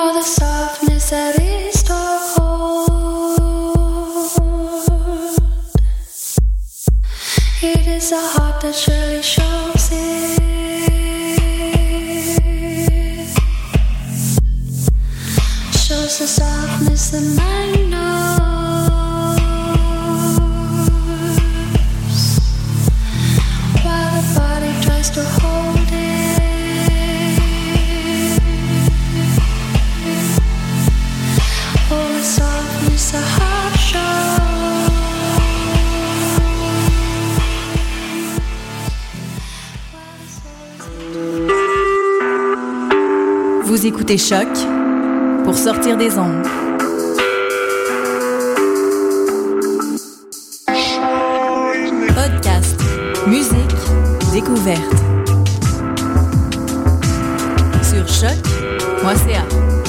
All the softness that is told. It is a heart that surely shows it. Shows the softness that mine knows. While the body tries to hold it. Oh, the softness the heart shows. Vous écoutez Choc pour sortir des ondes. Podcast, musique, découverte. Sur choc.ca.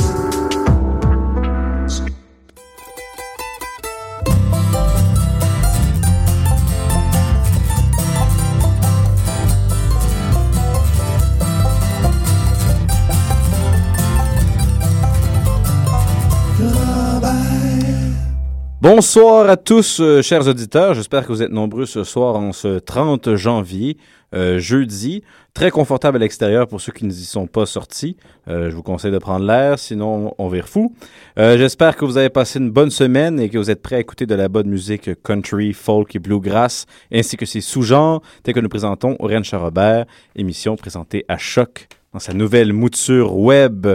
Bonsoir à tous, chers auditeurs. J'espère que vous êtes nombreux ce soir en ce 30 janvier, jeudi. Très confortable à l'extérieur pour ceux qui n'y sont pas sortis. Je vous conseille de prendre l'air, sinon on vire fou. J'espère que vous avez passé une bonne semaine et que vous êtes prêts à écouter de la bonne musique country, folk et bluegrass, ainsi que ses sous-genres, tels que nous présentons Aurène Charrobert, émission présentée à Choc dans sa nouvelle mouture web,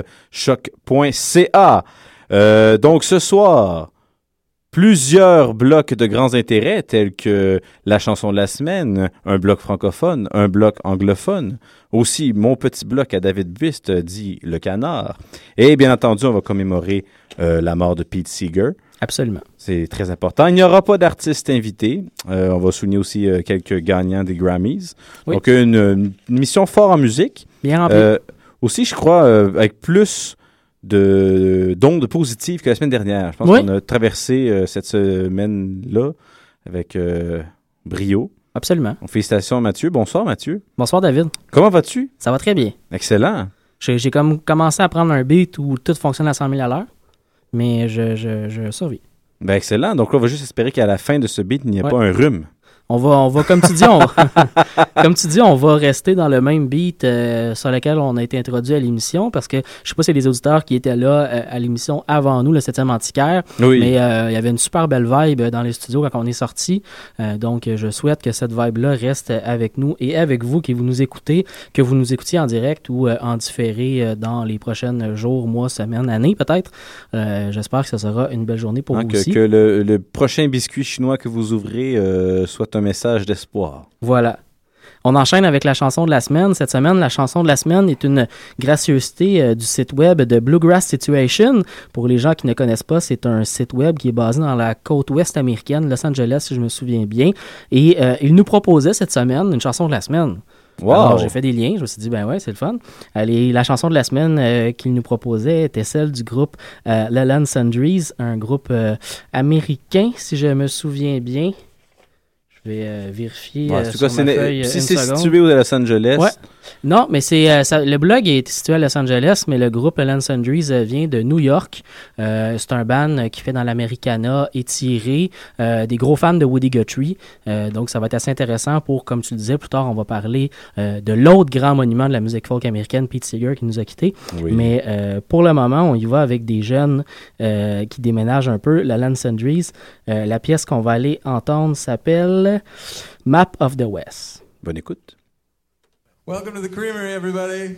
choc.ca. Donc ce soir, plusieurs blocs de grands intérêts tels que la chanson de la semaine, un bloc francophone, un bloc anglophone, aussi mon petit bloc à David Buist, dit Le Canard. Et bien entendu, on va commémorer la mort de Pete Seeger. Absolument. C'est très important. Il n'y aura pas d'artistes invités. On va souligner aussi quelques gagnants des Grammys. Oui. Donc une mission fort en musique. Bien remplie. Aussi, je crois, avec plus d'ondes positives que la semaine dernière. Je pense qu'on a traversé cette semaine-là avec brio. Absolument. Félicitations Mathieu. Bonsoir Mathieu. Bonsoir David. Comment vas-tu? Ça va très bien. Excellent. J'ai comme commencé à prendre un beat où tout fonctionne à 100 000 à l'heure, mais je survis. Ben excellent. Donc là, on va juste espérer qu'à la fin de ce beat, il n'y ait pas un rhume. On va comme tu dis, comme tu dis, on va rester dans le même beat sur lequel on a été introduit à l'émission, parce que je sais pas si les auditeurs qui étaient là à l'émission avant nous, le 7e Antiquaire, mais il y avait une super belle vibe dans les studios quand on est sorti. Donc, je souhaite que cette vibe-là reste avec nous et avec vous qui vous nous écoutez, que vous nous écoutiez en direct ou en différé dans les prochains jours, mois, semaines, années peut-être. J'espère que ce sera une belle journée pour vous aussi. Que le prochain biscuit chinois que vous ouvrez soit un message d'espoir. Voilà. On enchaîne avec la chanson de la semaine. Cette semaine, la chanson de la semaine est une gracieuseté du site web de Bluegrass Situation. Pour les gens qui ne connaissent pas, c'est un site web qui est basé dans la côte ouest américaine, Los Angeles, si je me souviens bien. Et il nous proposait cette semaine une chanson de la semaine. Wow. Alors, j'ai fait des liens. Je me suis dit, ben ouais, c'est le fun. Allez, la chanson de la semaine qu'il nous proposait était celle du groupe Leland Sundries, un groupe américain, si je me souviens bien. Je vais vérifier sur ma feuille si une c'est seconde. Situé à Los Angeles. Ouais. Non, mais le blog est situé à Los Angeles, mais le groupe Leland Sundries vient de New York. C'est un band qui fait dans l'Americana étiré, des gros fans de Woody Guthrie. Donc, ça va être assez intéressant pour, comme tu le disais, plus tard, on va parler de l'autre grand monument de la musique folk américaine, Pete Seeger, qui nous a quittés. Oui. Mais pour le moment, on y va avec des jeunes qui déménagent un peu, Leland Sundries. La pièce qu'on va aller entendre s'appelle Map of the West. Bonne écoute. Welcome to the Creamery, everybody.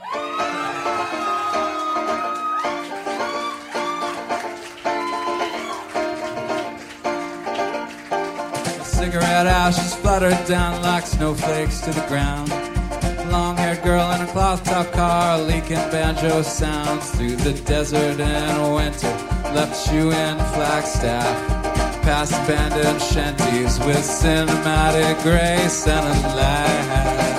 Cigarette ashes fluttered down like snowflakes to the ground. Long-haired girl in a cloth-top car, leaking banjo sounds through the desert in winter. Left shoe in Flagstaff, past abandoned shanties with cinematic grace and a laugh.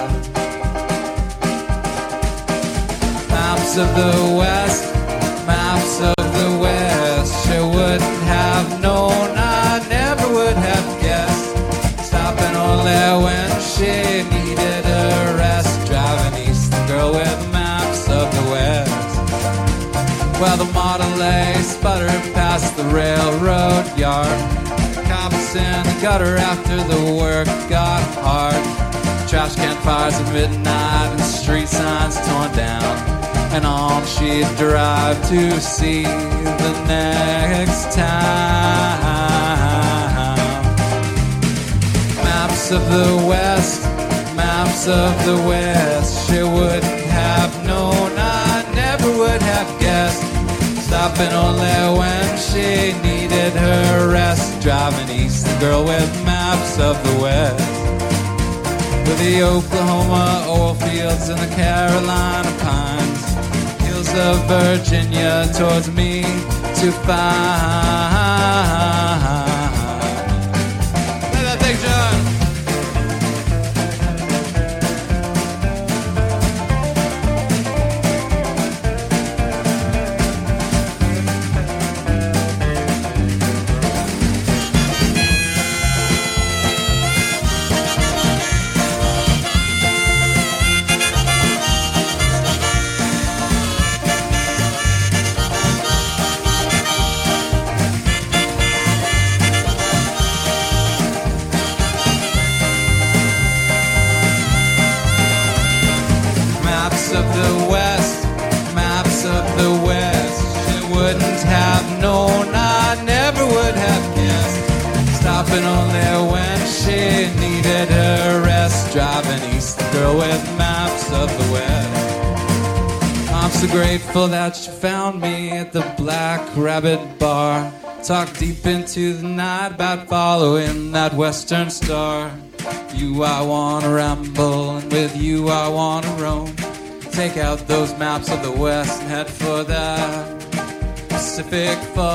Maps of the West, maps of the West. She wouldn't have known, I never would have guessed. Stopping only when she needed a rest. Driving east, the girl with maps of the West. Well, the Model A sputtered past the railroad yard. Cops in the gutter after the work got hard. Trash can fires at midnight and street signs torn down. And on she'd drive to see the next town. Maps of the West, maps of the West. She wouldn't have known, I never would have guessed. Stopping only when she needed her rest. Driving east, the girl with maps of the West. With the Oklahoma oil fields and the Carolina pines, hills of Virginia towards me to find. Play that thing, John. Of the West, maps of the West. She wouldn't have known, I never would have guessed. Stopping only when she needed her rest. Driving east, the girl with maps of the West. I'm so grateful that you found me at the Black Rabbit Bar. Talk deep into the night about following that western star. You I wanna ramble, and with you I wanna roam. Take out those maps of the West and head for the Pacific foam.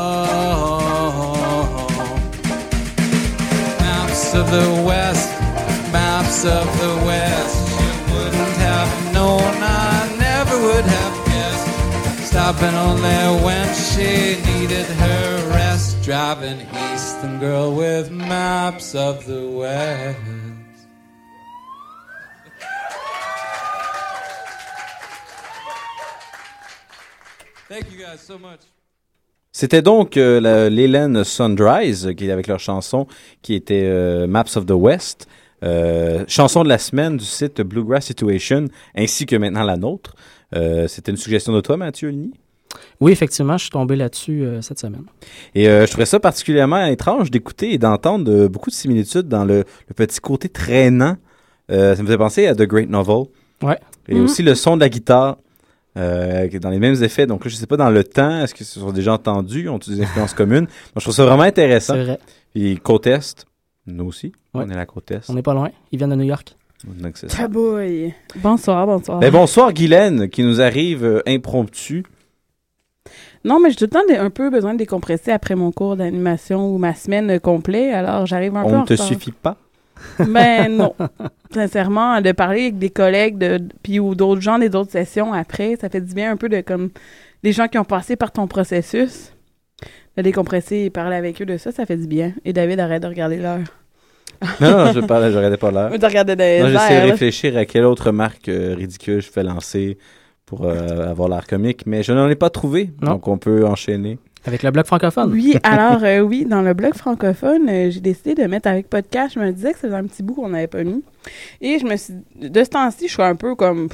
Maps of the West, maps of the West. You wouldn't have known, I never would have guessed. Stopping only when she needed her rest. Driving east, and girl with maps of the West. Thank you guys so much. C'était donc l'Hélène Sunrise, qui est avec leur chanson, qui était Maps of the West. Chanson de la semaine du site Bluegrass Situation, ainsi que maintenant la nôtre. C'était une suggestion de toi, Mathieu Ligny? Oui, effectivement, je suis tombé là-dessus cette semaine. Et je trouvais ça particulièrement étrange d'écouter et d'entendre beaucoup de similitudes dans le petit côté traînant. Ça me faisait penser à The Great Novel. Ouais. Et aussi le son de la guitare. Dans les mêmes effets. Donc là, je sais pas dans le temps, est-ce que ce sont déjà entendus, ont-ils des influences communes? Moi, je trouve ça vraiment intéressant. C'est vrai. Puis côte Est, nous aussi, ouais. On est à la côte Est. On n'est pas loin, ils viennent de New York. Donc c'est ça. Ah boy. Bonsoir. Ben, bonsoir Guylaine, qui nous arrive impromptu. Non, mais j'ai tout le temps un peu besoin de décompresser après mon cours d'animation ou ma semaine complète, alors j'arrive un peu en On ne te retard. suffit pas? Ben non. Sincèrement, de parler avec des collègues puis ou d'autres gens des autres sessions après, ça fait du bien un peu de comme des gens qui ont passé par ton processus. De décompresser et parler avec eux de ça, ça fait du bien. Et David, arrête de regarder l'heure. Non, je regardais pas l'heure. De regarder des Non, j'essaie airs, de là. réfléchir à quelle autre marque ridicule je fais lancer pour avoir l'air comique, mais je n'en ai pas trouvé, Non. donc on peut enchaîner. Avec le blog francophone. Oui, alors oui, dans le blog francophone, j'ai décidé de mettre avec podcast. Je me disais que ça faisait un petit bout qu'on n'avait pas mis. Et je me suis de ce temps-ci, je suis un peu comme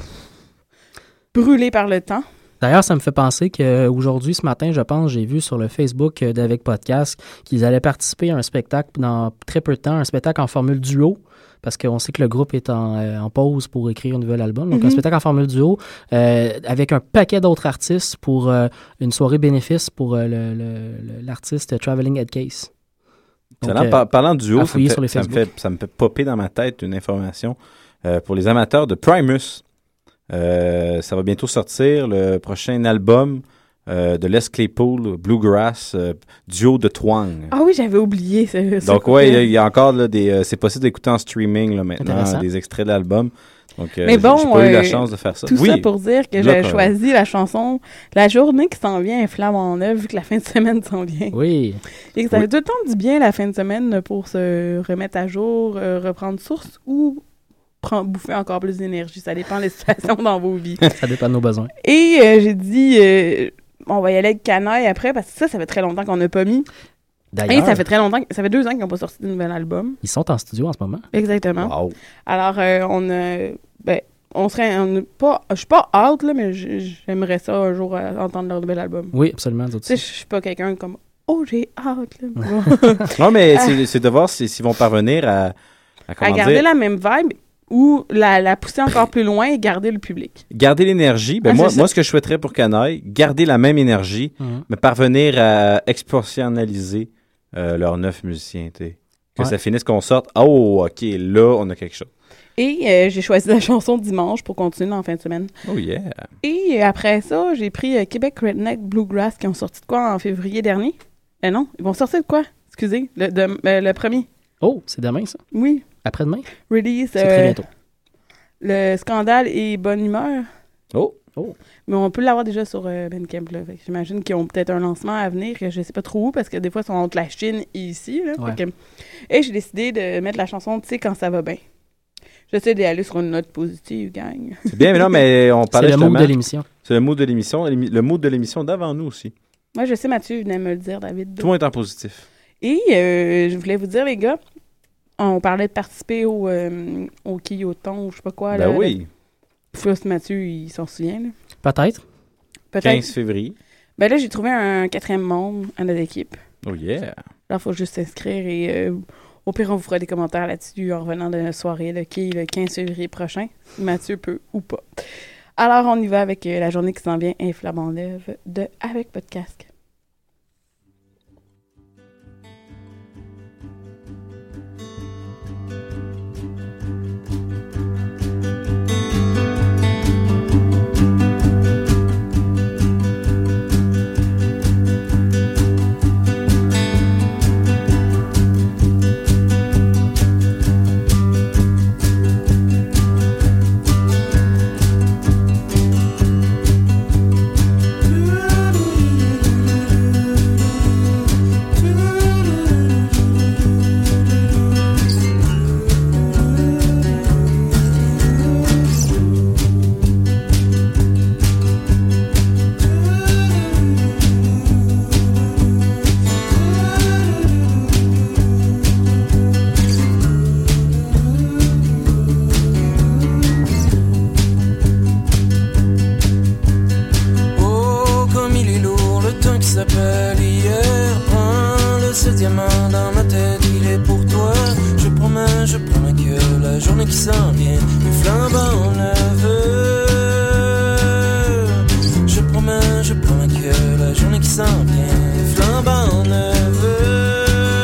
brûlée par le temps. D'ailleurs, ça me fait penser qu'aujourd'hui, ce matin, je pense, j'ai vu sur le Facebook d'Avec Podcast qu'ils allaient participer à un spectacle dans très peu de temps, un spectacle en formule duo, parce qu'on sait que le groupe est en pause pour écrire un nouvel album. Donc, un spectacle en formule duo avec un paquet d'autres artistes pour une soirée bénéfice pour l'artiste Traveling Headcase. Donc, parlant de duo, à fouiller sur les ça me Facebook. fait popper dans ma tête une information pour les amateurs de Primus. Ça va bientôt sortir le prochain album de Les Claypool, Bluegrass, duo de twang. Ah oui, j'avais oublié. Donc ouais, il y a encore là, c'est possible d'écouter en streaming là, maintenant Intéressant. des extraits de l'album. Donc Mais bon, j'ai pas eu la chance de faire ça. Tout ça pour dire que Là, j'ai choisi la chanson La journée qui s'en vient est flambant neuve vu que la fin de semaine s'en vient. Oui. Et que ça fait tout le temps du bien la fin de semaine pour se remettre à jour, reprendre source ou bouffer encore plus d'énergie. Ça dépend des situations dans vos vies. Ça dépend de nos besoins. Et j'ai dit, on va y aller avec Canaille après, parce que ça fait très longtemps qu'on n'a pas mis. Et D'ailleurs, ça fait très longtemps, ça fait 2 ans qu'ils n'ont pas sorti de nouvel album. ils sont en studio en ce moment. Exactement. Wow. Alors, je suis pas out, là, mais j'aimerais ça un jour entendre leur nouvel album. Oui, absolument. Tu sais, je suis pas quelqu'un comme j'ai hâte, là. Non, mais c'est de voir s'ils vont parvenir à comment À garder dire, la même vibe ou la pousser encore plus loin et garder le public. garder l'énergie. Ben Ah, moi, c'est ça. moi, ce que je souhaiterais pour Canaille, garder la même énergie, Mhm. mais parvenir à exportionnaliser leurs 9 musiciens. T'sais. Que Ouais. ça finisse qu'on sorte. Oh, OK, là, on a quelque chose. Et j'ai choisi la chanson Dimanche pour continuer en fin de semaine. Oh, yeah. Et après ça, j'ai pris Québec Redneck Bluegrass qui ont sorti de quoi en février dernier? Non, ils vont sortir de quoi? Excusez, le premier. Oh, c'est demain, ça? Oui, Après-demain? release C'est très bientôt. le scandale et Bonne Humeur. Oh. Mais on peut l'avoir déjà sur Bandcamp. Là. Fait que j'imagine qu'ils ont peut-être un lancement à venir, que je sais pas trop où, parce que des fois, ils sont entre la Chine et ici. Là. Ouais. Fait que- Et j'ai décidé de mettre la chanson « Tu sais quand ça va bien ». J'essaie d'aller sur une note positive, gang. C'est bien, mais non, mais on C'est parlait le mot justement... de l'émission. C'est le mood de l'émission. Le mood de l'émission d'avant nous aussi. Moi, je sais, Mathieu venait me le dire, David. Tout le monde est en positif. Et je voulais vous dire, les gars, on parlait de participer au Quilloton, ou je sais pas quoi. Ben là, oui. Plus Mathieu, il s'en souvient. Là. Peut-être. Peut-être. 15 février. Ben là, j'ai trouvé un 4e membre à notre équipe. Oh, yeah. Là, il faut juste s'inscrire et au pire, on vous fera des commentaires là-dessus en revenant de la soirée là, qui est le 15 février prochain. Si Mathieu peut ou pas. Alors, on y va avec la journée qui s'en vient, Inflammant Lève de Avec Pas de Casque. Oh, comme il est lourd, le temps qui s'appelle hier. Prends-le, ce diamant dans ma tête, il est pour toi. Je promets que la journée qui s'en vient est flambant nerveux. Je promets que la journée qui s'en vient est flambant nerveux.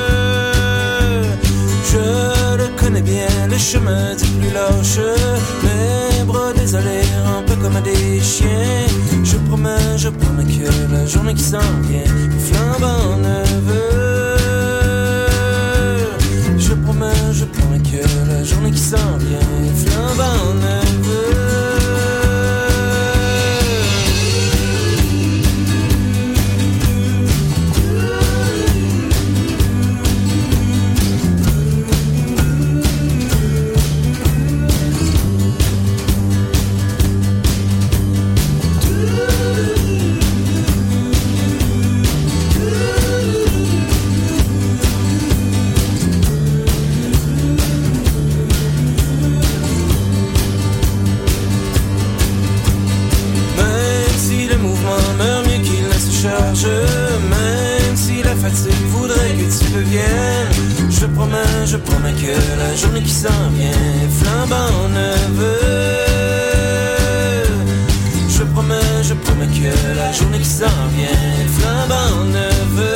Je le connais bien, le chemin du plus lâche. Les bras désolés, un peu comme des chiens. Je promets que la journée qui s'en vient est flambant nerveux. Je promets que la journée qui s'en vient est flambant nerveux. Même si le mouvement meurt mieux qu'il ne se charge, même si la fatigue voudrait que tu reviennes, je promets que la journée qui s'en vient est flambant nerveux. Je promets que la journée qui s'en vient est flambant nerveux.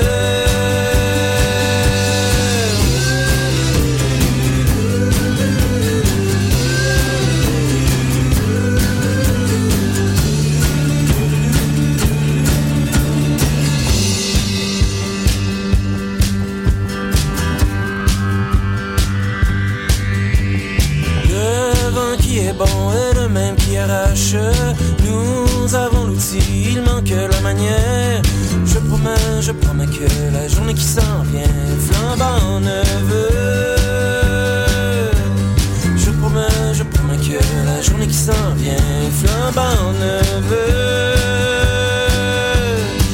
Le vent qui est bon est le même qui arrache. Nous avons l'outil, il manque la manière. Je promets que la journée qui s'en vient est flambant nerveux. Je promets que la journée qui s'en vient est flambant nerveux.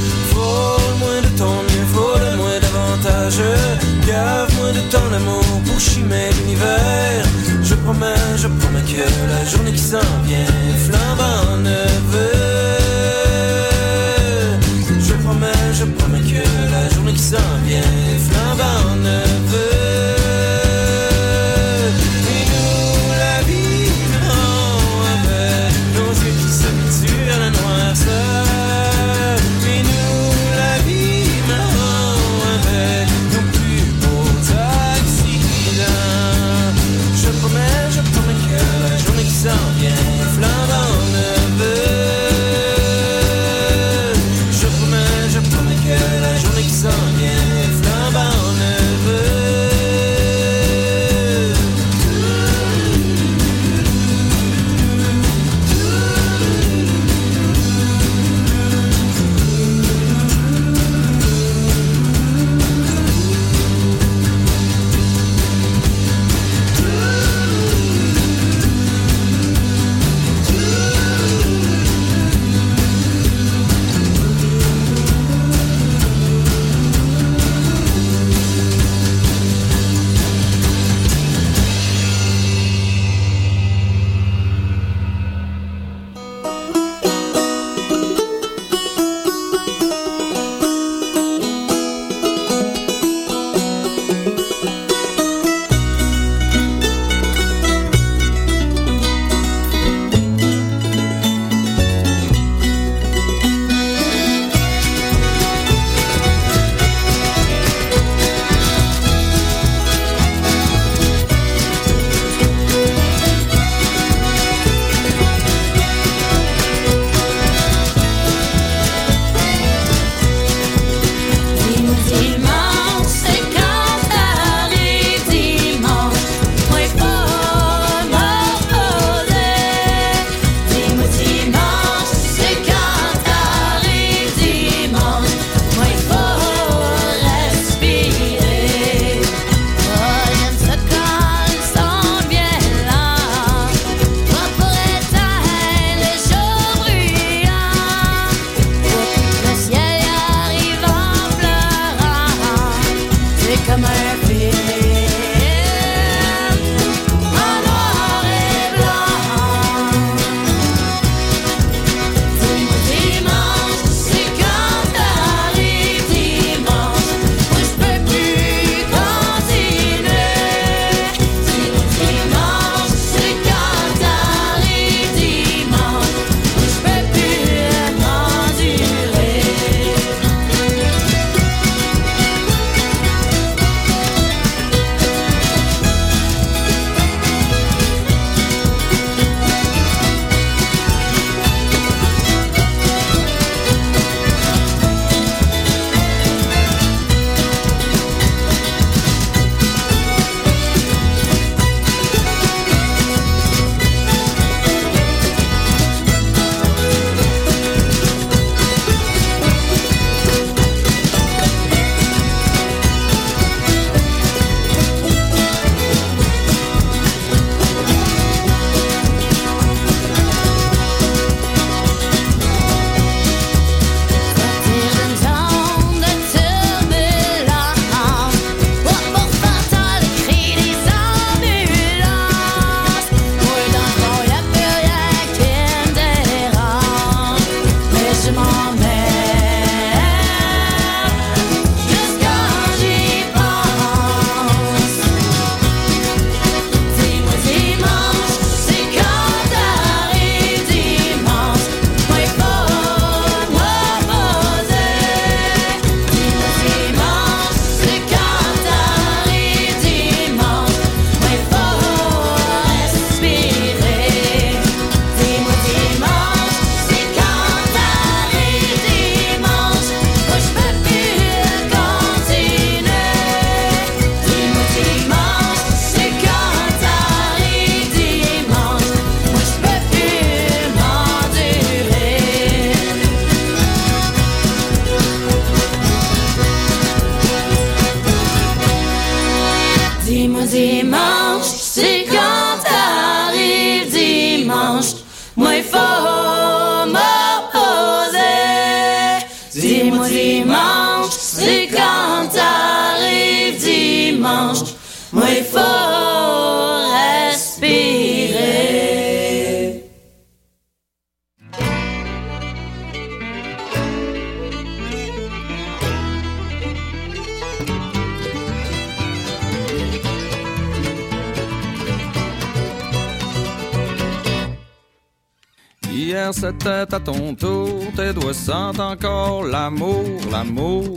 Hier c'était à ton tour, tes doigts sentent encore l'amour, l'amour.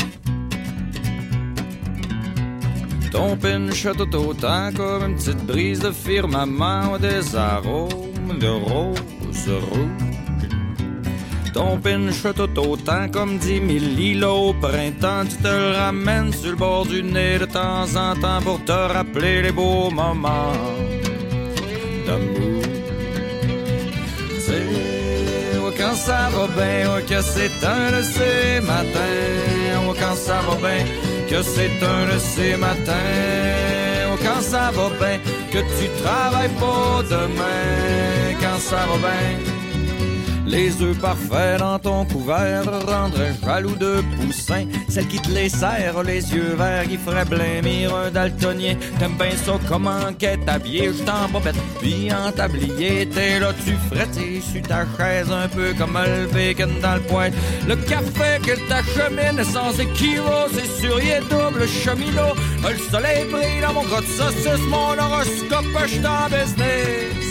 Ton pinch tout autant comme une petite brise de firmament, des arômes de rose rouge. Ton pinch tout autant comme 10 000 lilas au printemps, tu te le ramènes sur le bord du nez de temps en temps pour te rappeler les beaux moments d'amour. Quand ça va bien, oh, que c'est un de ces matins. Oh, quand ça va bien, que c'est un de ces matins. Oh, quand ça va bien, que tu travailles pas demain. Quand ça va bien, les œufs parfaits dans ton couvert rendraient jaloux de poussin. Celle qui te les serre, les yeux verts, qui ferait blêmir un daltonien. T'aimes bien ça, comment qu'est habillé, juste en bobette, puis en tablier. T'es là, tu frettes sur ta chaise, un peu comme le bacon dans le poêle. Le café que t'achemine est sans équivoque, c'est sûr, il est double cheminot. Le soleil brille dans mon gros de saucisse, mon horoscope, j'suis en business.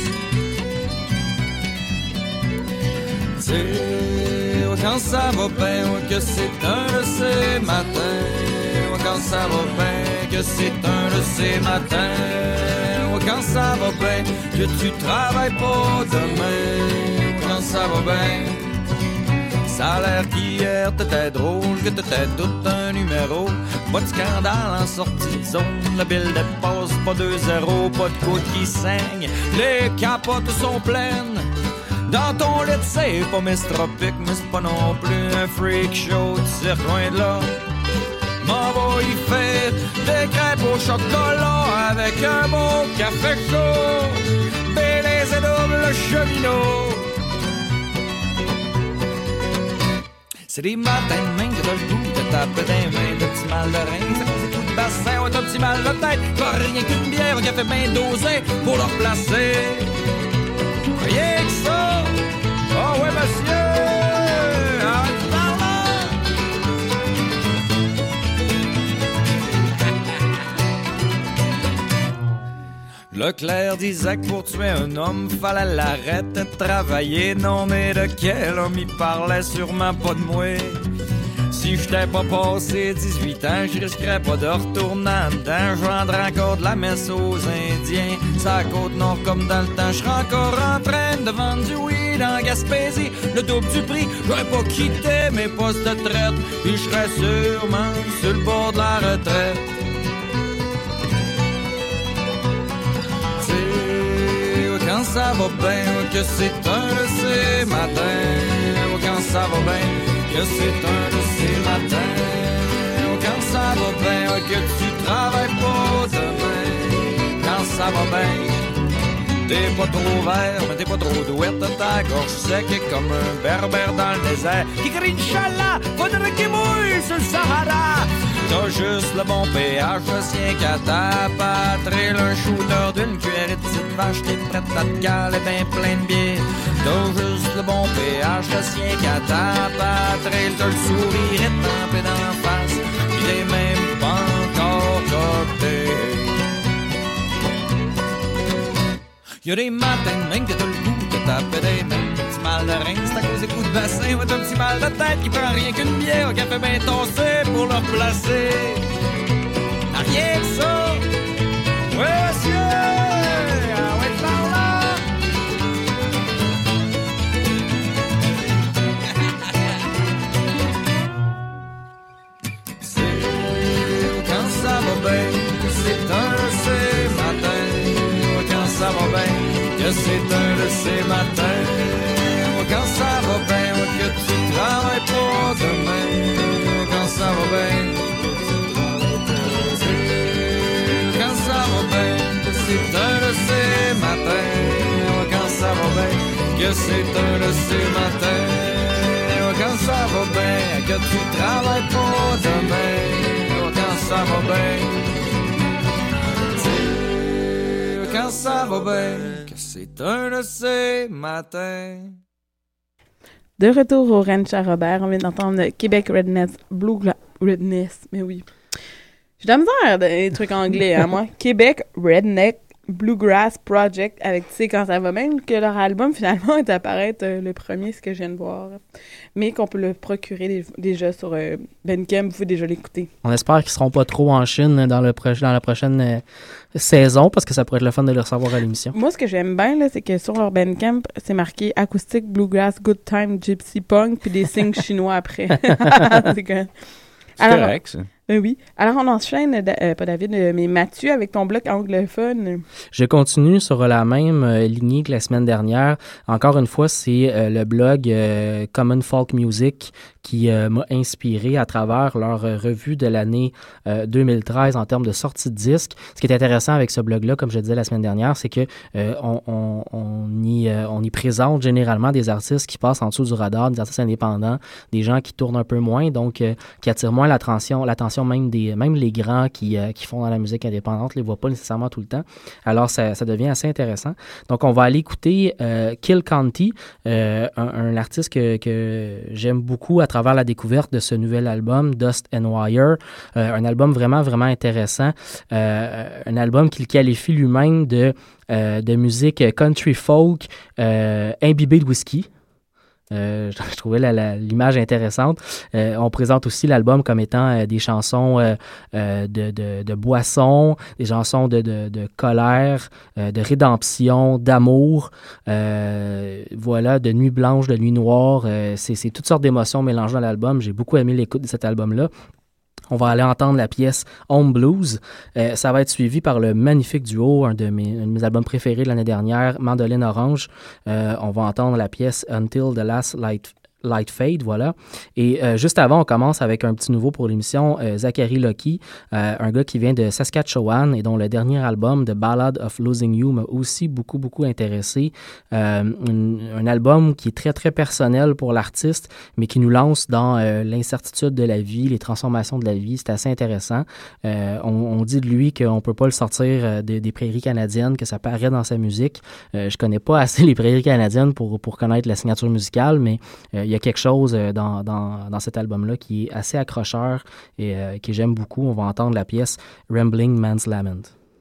Oh, quand ça va bien, oh, que c'est un de ces matins. Oh, quand ça va bien, que c'est un de ces matins. Oh, quand ça va bien, que tu travailles pas demain. Oh, quand ça va bien, ça a l'air qu'hier t'étais drôle, que t'étais tout un numéro. Pas de scandale en sortie de zone, le bill dépasse pas 2-0, pas de côte qui saigne, les capotes sont pleines. Dans ton lit, c'est pas mistropique, mais c'est pas non plus un freak show de circuit de là. M'en va y faire des crêpes au chocolat avec un bon café chaud. Bélez et double cheminot. C'est des matins de main que t'as le goût de taper des mains, de petits mal de rein, ça cause des coups de bassin, ou t'as un petit mal de tête. Pas rien qu'une bière, un café bien dosé pour le replacer. Rien que ça! Oh ouais, monsieur! Arrête par là! Leclerc disait que pour tuer un homme, fallait l'arrêter de travailler. Non, mais de quel homme il parlait? Sûrement pas de moi. Si j'étais pas passé 18 ans, je risquerais pas de retourner en dedans. Je vendrais encore de la messe aux Indiens. Ça côte nord comme dans le temps. Je serais encore en train de vendre du weed en Gaspésie. Le double du prix, j'aurais pas quitté mes postes de traite. Puis je serais sûrement sur le bord de la retraite. T'sais, quand ça va bien, que c'est un de ces matins. Quand ça va bien, que c'est un de ces matins. Quand ça va bien, que tu travailles pas demain. Quand ça va bien, t'es pas trop vert, mais t'es pas trop douette. Ta gorge sec comme un berbère dans le désert qui crie Inch'Allah, faudrait qu'il mouille sur le Sahara. T'as juste le bon pH, le sien qu'à ta patrie. Un shooter d'une cuillerée de petite vache, t'es prête à te caler ben plein de bière. t'as juste le bon pH, le sien qu'à ta patrie, t'as le sourire étampé dans la face, il est même pas encore coté. Y'a des matins même que t'as le goût de taper des mains, un petit mal de rein, c'est à cause des coups de bassin, ouais, t'as un petit mal de tête qui prend rien qu'une bière au café bien tossé pour le replacer. Ah, rien que ça! Ouais, monsieur! Ah, ouais, par là! C'est quand ça va bien que c'est un de ces matins. Quand ça va bien que c'est un de ces matins. Quand ça va bien que tu travailles pour demain. Quand ça va bien. Quand ça va bien, que c'est un de ces matins. Quand ça va bien, que c'est un de ces matins. Quand ça va bien, que tu travailles pour demain. Quand ça va bien, quand ça va bien, que c'est un de ces matins. De retour au Ranch à Robert, on vient d'entendre Québec Redness Redness, mais oui. J'ai de la misère des trucs anglais, hein, moi. Québec Redneck Bluegrass Project, avec, tu sais, quand ça va même, que leur album, finalement, est apparaître le premier, ce que je viens de voir. Mais qu'on peut le procurer déjà sur Bandcamp, vous pouvez déjà l'écouter. On espère qu'ils seront pas trop en Chine dans la prochaine saison, parce que ça pourrait être le fun de le recevoir à l'émission. Moi, ce que j'aime bien, là, c'est que sur leur Bandcamp, c'est marqué acoustique, bluegrass, good time, gypsy punk, puis des signes chinois après. C'est correct, ça. Oui. Alors, on enchaîne, pas David, mais Mathieu, avec ton bloc anglophone. Je continue sur la même lignée que la semaine dernière. Encore une fois, c'est le blog Common Folk Music qui m'a inspiré à travers leur revue de l'année 2013 en termes de sortie de disques. Ce qui est intéressant avec ce blog-là, comme je disais la semaine dernière, c'est que on y présente généralement des artistes qui passent en dessous du radar, des artistes indépendants, des gens qui tournent un peu moins, donc qui attirent moins l'attention même les grands qui font dans la musique indépendante, ne les voient pas nécessairement tout le temps. Alors, ça devient assez intéressant. Donc, on va aller écouter Kill County, un artiste que j'aime beaucoup à travers la découverte de ce nouvel album, Dust and Wire. Un album vraiment, vraiment intéressant. Un album qu'il qualifie lui-même de musique country folk imbibée de whisky. Je trouvais l'image intéressante. On présente aussi l'album comme étant des chansons de boisson, des chansons de colère, de rédemption, d'amour, voilà, de nuit blanche, de nuit noire. C'est toutes sortes d'émotions mélangées dans l'album. J'ai beaucoup aimé l'écoute de cet album-là. On va aller entendre la pièce Home Blues. Ça va être suivi par le magnifique duo, un de mes albums préférés de l'année dernière, Mandoline Orange. On va entendre la pièce Until the Last Light Fade, voilà. Et juste avant, on commence avec un petit nouveau pour l'émission, Zachary Lucky, un gars qui vient de Saskatchewan et dont le dernier album, The Ballad of Losing You, m'a aussi beaucoup, beaucoup intéressé. Un album qui est très, très personnel pour l'artiste, mais qui nous lance dans l'incertitude de la vie, les transformations de la vie. C'est assez intéressant. On dit de lui qu'on peut pas le sortir des prairies canadiennes, que ça paraît dans sa musique. Je connais pas assez les prairies canadiennes pour connaître la signature musicale, mais il y a quelque chose dans cet album-là qui est assez accrocheur et que j'aime beaucoup. On va entendre la pièce Rambling Man's Lament.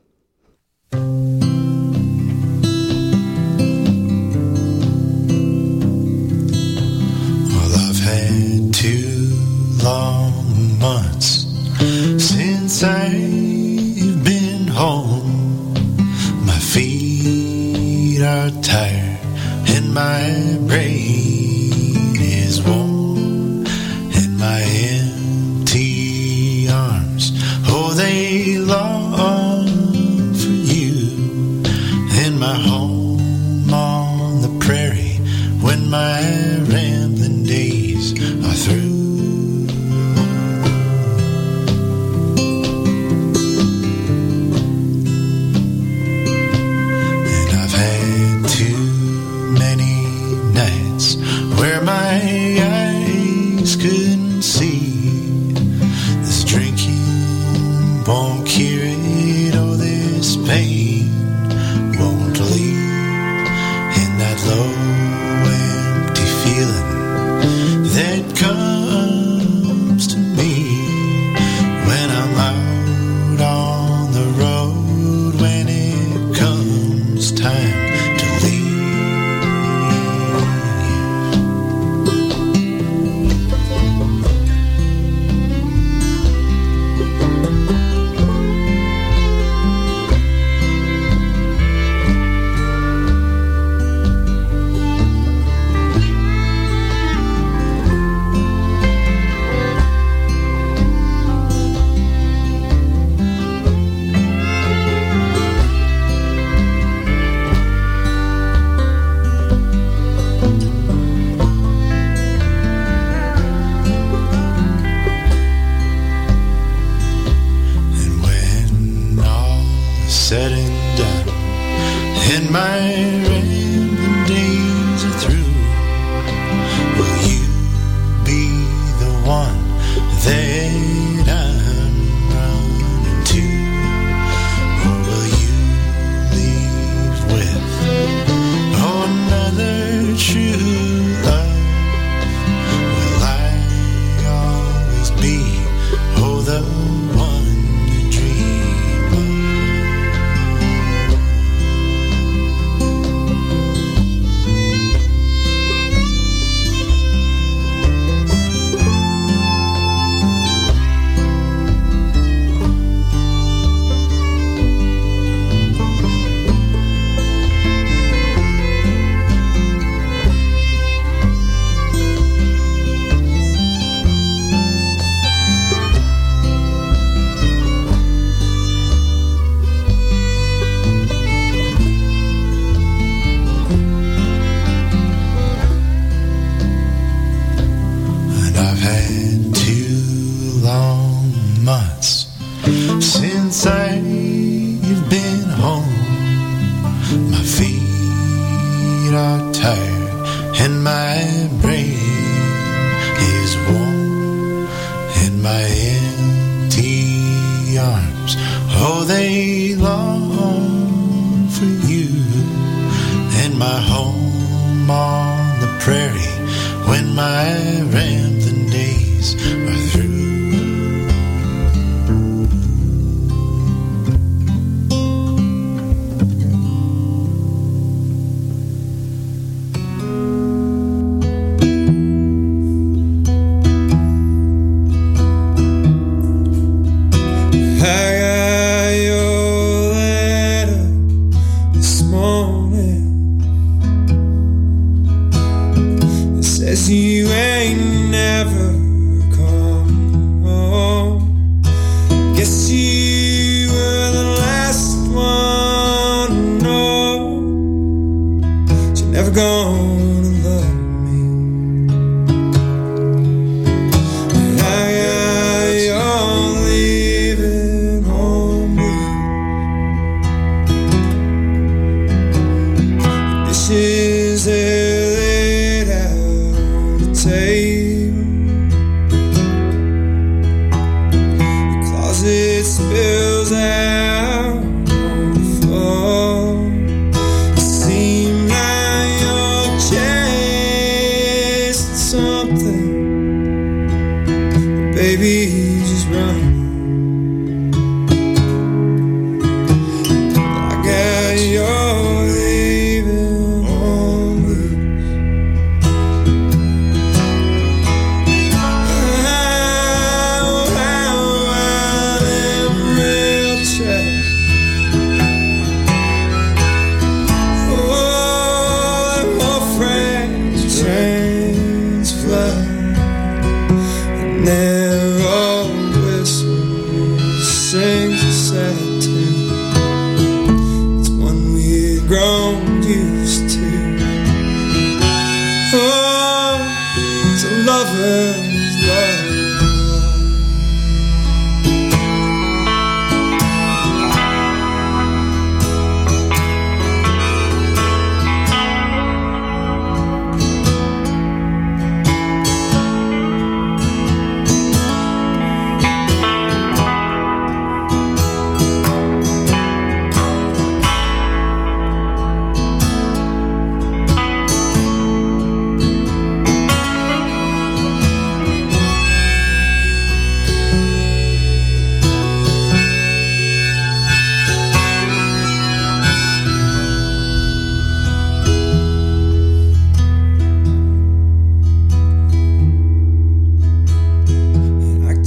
Well, I've had 2 long months since I've been home. My feet are tired and my brain is warm, and my empty arms, oh, they long for you, and my home on the prairie when my rambling days are through. it comes to me when I'm out on the road, when it comes time to leave. Said and done, and my rambling days are through. Will you be the one that I'm running to, or will you leave with another true love? Will I always be the one you dream of? Since I've been home, my feet are tired and my brain is warm, and my empty arms, oh, they long for you, and my home on the prairie when my rambling days are through. You ain't never come home. Guess you were the last one to know you're never gonna love me. And I got you're leaving home with dishes laid out the table, the closet spills out on the floor. It seems like you're chasing something, but baby, just run. I got you're leaving home with. Grown used to. Oh, it's a lover's love.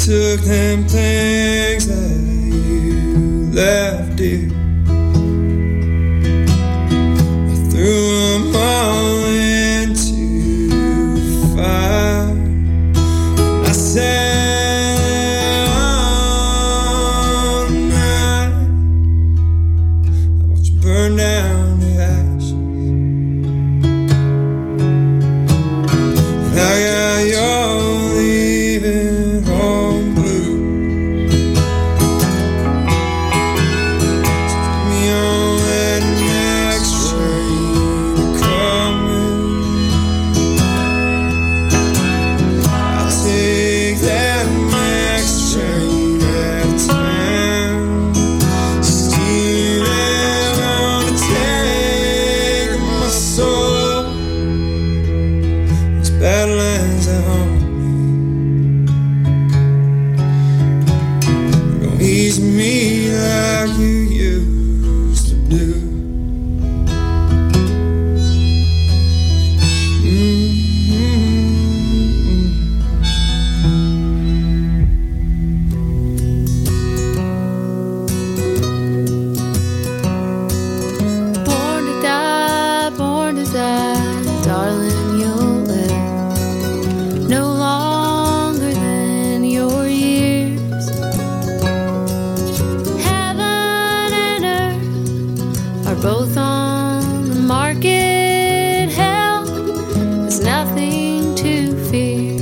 took them things that you left, dear. I threw them all into fire. I said, all night I watched you burn down the ashes. And I got your leaving home blue. Take me on that next train coming. I'll take that next train out of town. Stealing on the take my soul. These badlands at home. Don't ease me like you used to do. Born to die, darling, you'll live no longer than your years. Heaven and earth are both on the market. Hell is nothing to fear.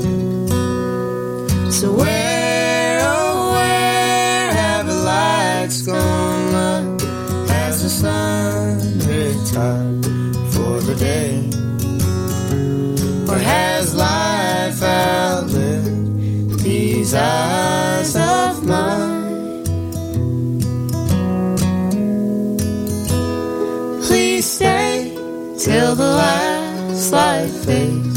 So where, oh where have the lights gone up? Has the sun retired for the day? Or has life outlived these eyes of mine? Please stay till the last light fades.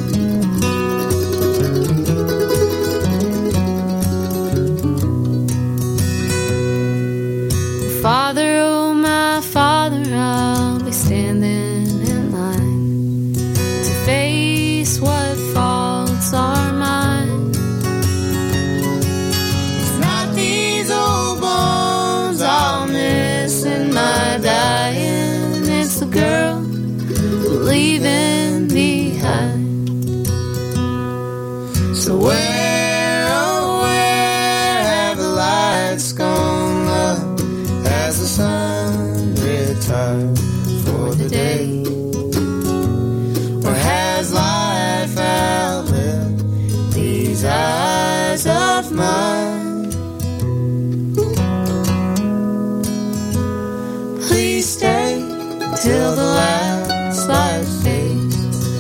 Father, oh my Father, I'll be standing in line to face what faults are mine. It's not these old bones I'll miss in my dying. It's the girl I'm leaving behind. So where, oh where have the lights gone up? Has the sun retired for the day? Or has life outlived these eyes of mine? Please stay till the last light fades.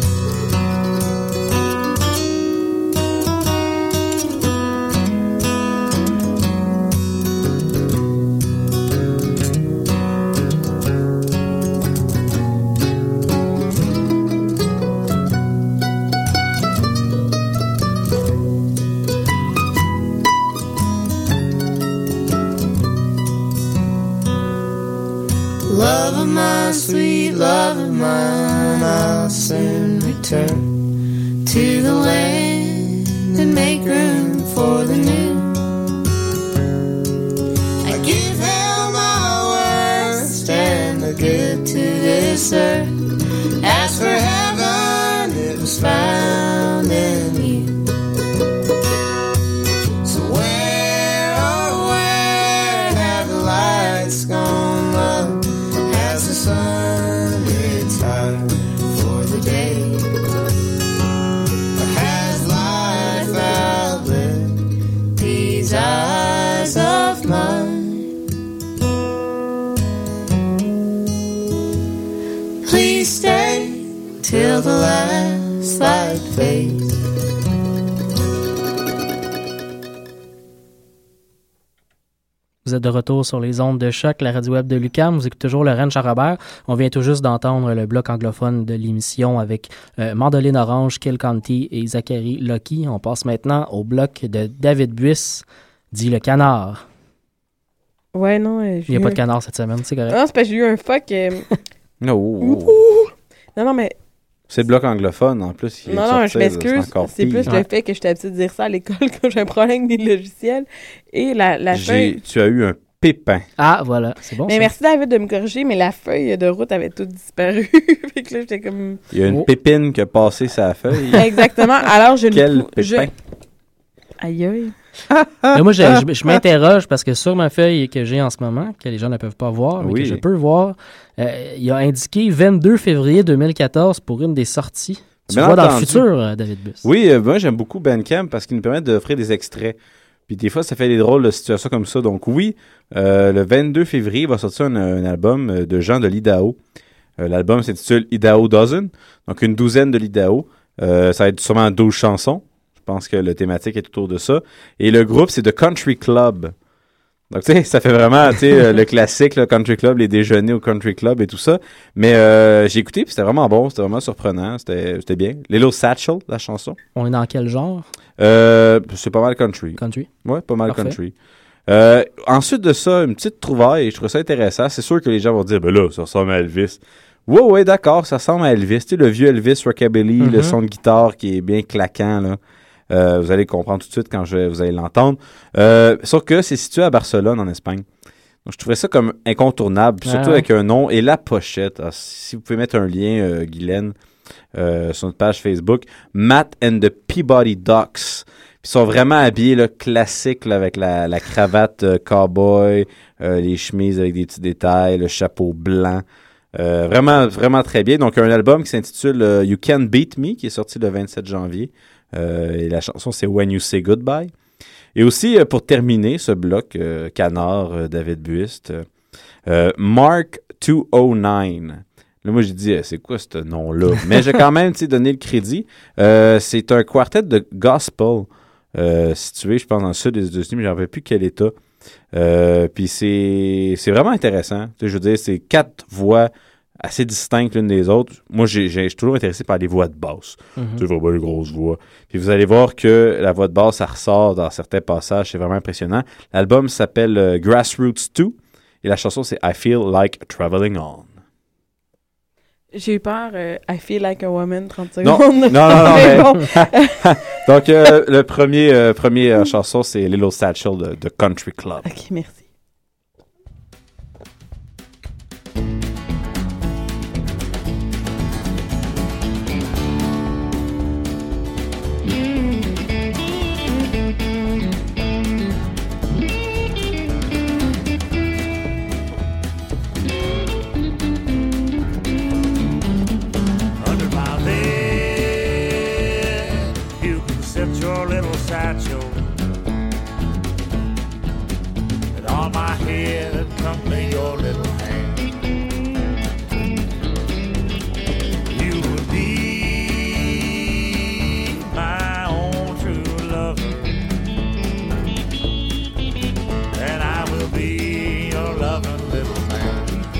Love of mine, sweet love of mine, I'll soon return to the land and make room for the new. I give him my word, stand the good to this earth. As for heaven, it was found in you. So where, oh where have the lights gone up? Has the sun retired for the day? Or has life outlived these eyes of mine? Please stay till the last light fades. Vous êtes de retour sur les ondes de choc, la radio web de l'UQAM. Vous écoutez toujours Lorraine Charrobert. On vient tout juste d'entendre le bloc anglophone de l'émission avec Mandoline Orange, Kill County et Zachary Lucky. On passe maintenant au bloc de David Buisse, dit le canard. Ouais, non. Il n'y a pas de canard cette semaine, c'est correct. Non, c'est parce que j'ai eu un fuck. No. Non, mais C'est le bloc anglophone, en plus. Qui Non, je m'excuse. C'est plus Ouais. le fait que j'étais habituée de dire ça à l'école quand j'ai un problème avec des logiciels. Et la feuille... Tu as eu un pépin. Ah, voilà. C'est bon, Mais ça. merci, David, de me corriger, mais la feuille de route avait toute disparu. Fait que là, j'étais comme... Il y a une pépine qui a passé sa feuille. Exactement. Alors, je Quel ne... pépin. Aïe, aïe. Mais moi, je m'interroge parce que sur ma feuille que j'ai en ce moment, que les gens ne peuvent pas voir, mais Oui. que je peux voir, il y a indiqué 22 février 2014 pour une des sorties. Tu Bien vois dans le entendu. futur, David Buss. Oui, moi j'aime beaucoup Bandcamp parce qu'il nous permet d'offrir des extraits. Puis des fois, ça fait des drôles de situations comme ça. Donc oui, le 22 février va sortir un album de Jean de l'Idaho. L'album s'intitule Idaho Dozen, donc une douzaine de l'Idaho. Ça va être sûrement 12 chansons. Je pense que le thématique est autour de ça. Et le groupe, c'est The Country Club. Donc, tu sais, ça fait vraiment, tu sais, le classique, le Country Club, les déjeuners au Country Club et tout ça. Mais j'ai écouté, puis c'était vraiment bon, c'était vraiment surprenant, c'était bien. Little Satchel, la chanson. On est dans quel genre? C'est pas mal country. Country? Ouais, pas mal Parfait. country. Ensuite de ça, une petite trouvaille, je trouve ça intéressant. C'est sûr que les gens vont dire, ben là, ça ressemble à Elvis. Ouais, d'accord, ça ressemble à Elvis. Tu sais, le vieux Elvis Rockabilly, le son de guitare qui est bien claquant, là. Vous allez comprendre tout de suite quand vous allez l'entendre. Sauf que c'est situé à Barcelone, en Espagne. Donc, je trouvais ça comme incontournable, puis surtout avec un nom et la pochette. Alors, si vous pouvez mettre un lien, Guylaine, sur notre page Facebook, Matt and the Peabody Ducks. Puis ils sont vraiment habillés là, classiques là, avec la cravate cowboy, les chemises avec des petits détails, le chapeau blanc. Vraiment, vraiment très bien. Donc, un album qui s'intitule You Can Beat Me, qui est sorti le 27 janvier. Et la chanson, c'est When You Say Goodbye. Et aussi, pour terminer ce bloc canard, David Buist, Mark 209. Là, moi, j'ai dit, c'est quoi ce nom-là? Mais j'ai quand même donné le crédit. C'est un quartet de gospel situé, je pense, dans le sud des États-Unis, mais je n'en rappelle plus quel état. Puis c'est vraiment intéressant. Je veux dire, c'est 4 voix assez distinctes l'une des autres. Moi, je suis toujours intéressé par les voix de basse. Tu vois, les grosses voix. Puis vous allez voir que la voix de basse, ça ressort dans certains passages. C'est vraiment impressionnant. L'album s'appelle Grassroots 2 et la chanson, c'est I Feel Like Traveling On. J'ai eu peur, I feel like a woman, 30 Non, secondes. non. Mais bon. Donc, le premier chanson, c'est Little Satchel de Country Club. OK, merci. Under my bed, you can set your little satchel. And on my head, come lay your little hand. You would be my own true lover, and I will be your loving little man.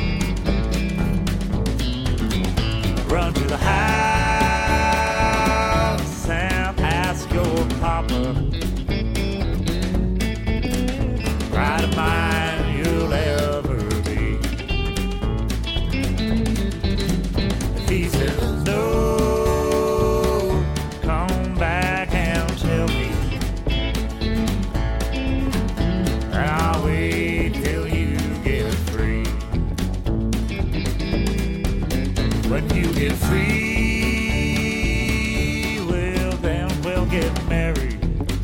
Run to the house and ask your papa. Right of mine you'll ever be. If he says no, come back and tell me. And I'll wait till you get free. When you get free, well then we'll get married.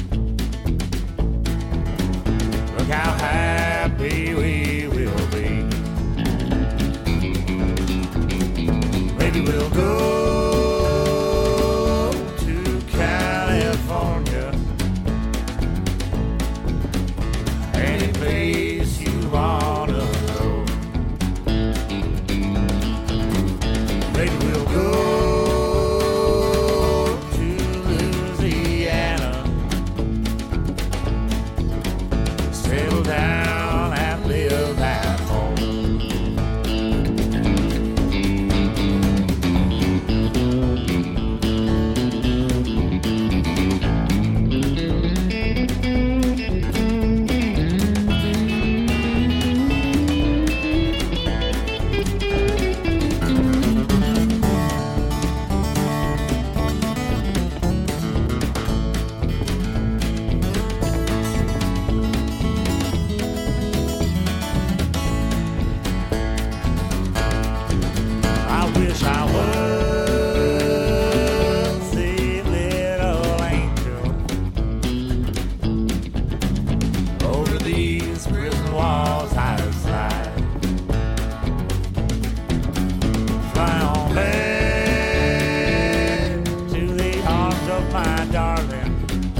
darling.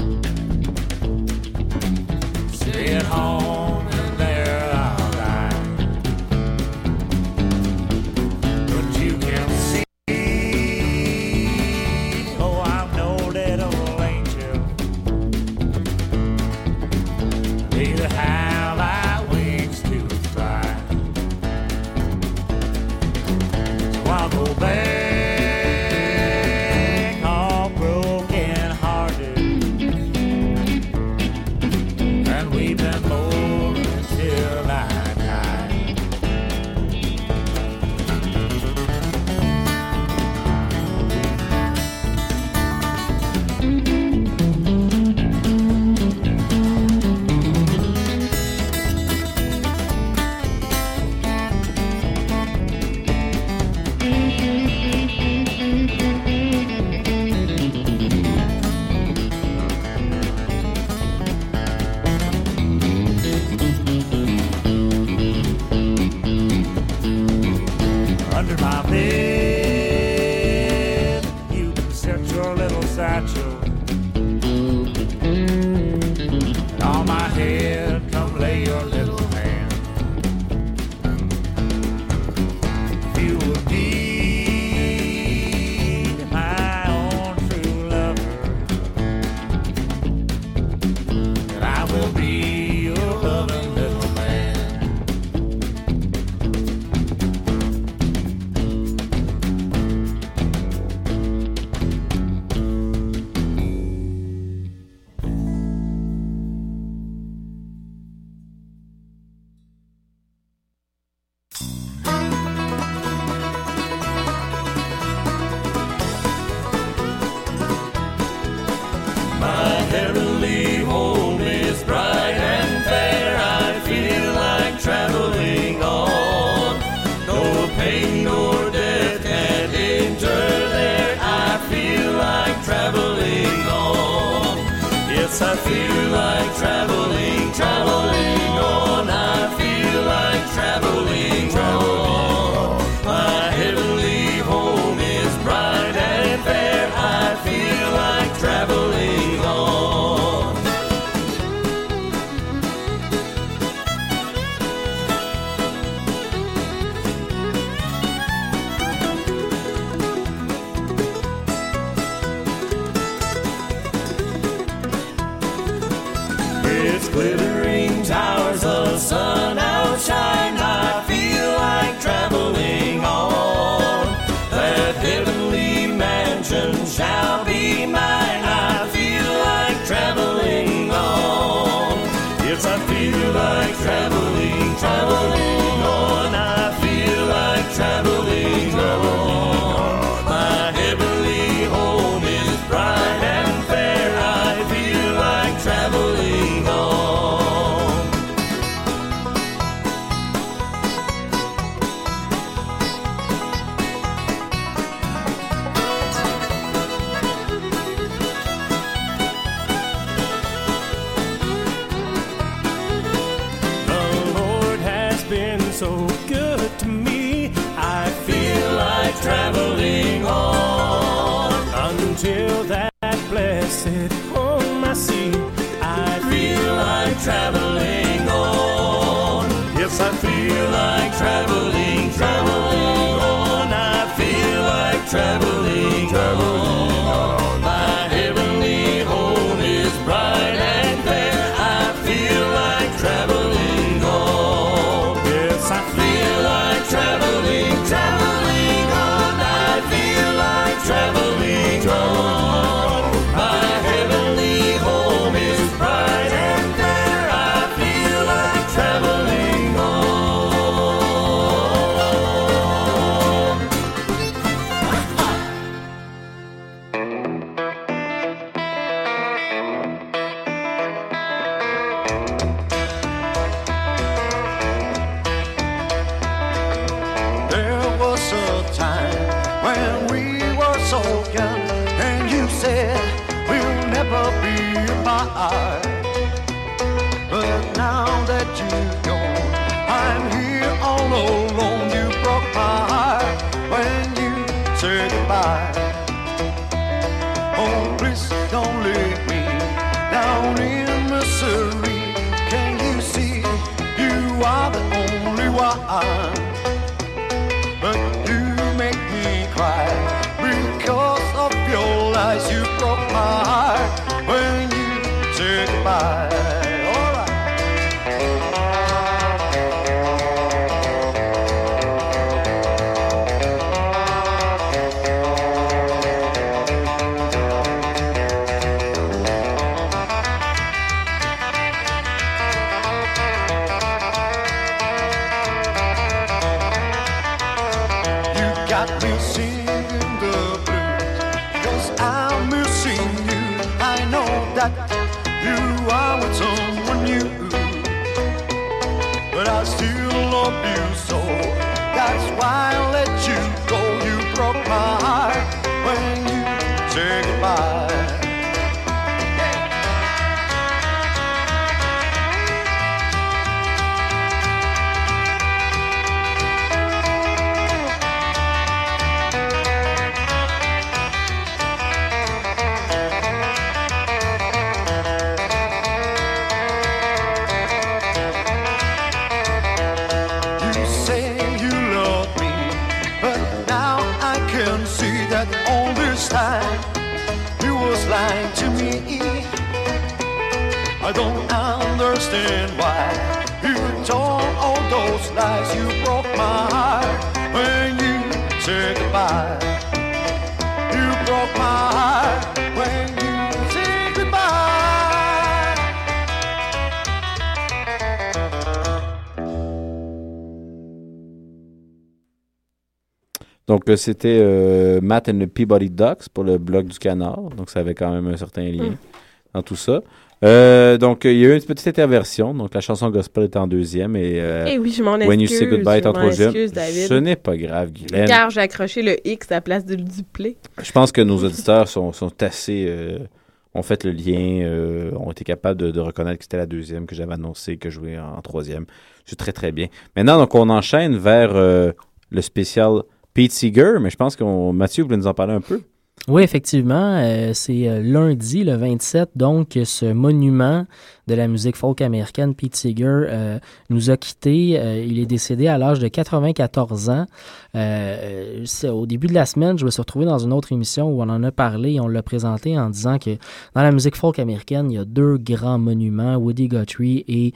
Stay at home and there I'll die. But you can see, oh, I'm no little angel. Neither have I wings to fly. So I'll go back all broken hearted, and we've been more until I die. Under my bed, you can set your little satchel. And on my head, come lay your little hand. If you would be my own true lover, then I will be your loving little man. My heavenly home is bright and fair. I feel like traveling on. No pain nor death can enter there. I feel like traveling on. Yes, I feel like traveling, traveling on. I feel like traveling on. My heavenly home is bright and fair. I feel like traveling on. Its glittering towers of sun outshine. I feel like traveling on. That heavenly mansion shall be mine. I feel like traveling on. Yes, I feel like traveling, traveling on. I feel like traveling on. My heavenly home is bright and fair. I feel like traveling on. The Lord has been so good to me. I feel like traveling on until that blessed home I see. I feel like traveling on. Yes, I feel like traveling, traveling on. I feel like traveling, traveling on. My heavenly home is bright and fair. I feel like traveling on. Yes, I feel like traveling, traveling on. I feel like traveling on. My heavenly home is bright and fair. I feel like traveling on. There was a time when we were so young, and you said we'll never be apart. But now that you're gone, I'm here all alone. You broke my heart when you said goodbye. Oh, please don't leave arms. But you make me cry because of your lies. You broke my heart when you said goodbye. Got me singing the blues, 'cause I'm missing you. I know that you are with someone new, but I still love you so. That's why I let you go. You broke my heart when you said goodbye. All this time you was lying to me. I don't understand why you told all those lies. You broke my heart when you said goodbye. You broke my heart when you said goodbye. Donc, c'était Matt and the Peabody Ducks pour le bloc du Canard. Donc, ça avait quand même un certain lien dans tout ça. Donc, il y a eu une petite interversion. Donc, la chanson gospel est en deuxième et oui, je m'en excuse. When You Say Goodbye est en troisième. David. Ce n'est pas grave, Guylaine. Car j'ai accroché le X à la place du play. Je pense que nos auditeurs sont assez... ont fait le lien, ont été capables de reconnaître que c'était la deuxième que j'avais annoncé, que je jouais en troisième. C'est très, très bien. Maintenant, donc, on enchaîne vers le spécial Pete Seeger, mais je pense que Mathieu voulait nous en parler un peu. Oui, effectivement. C'est lundi, le 27, donc ce monument de la musique folk américaine, Pete Seeger, nous a quittés. Il est décédé à l'âge de 94 ans. Au début de la semaine, je me suis retrouvé dans une autre émission où on en a parlé et on l'a présenté en disant que dans la musique folk américaine, il y a deux grands monuments, Woody Guthrie et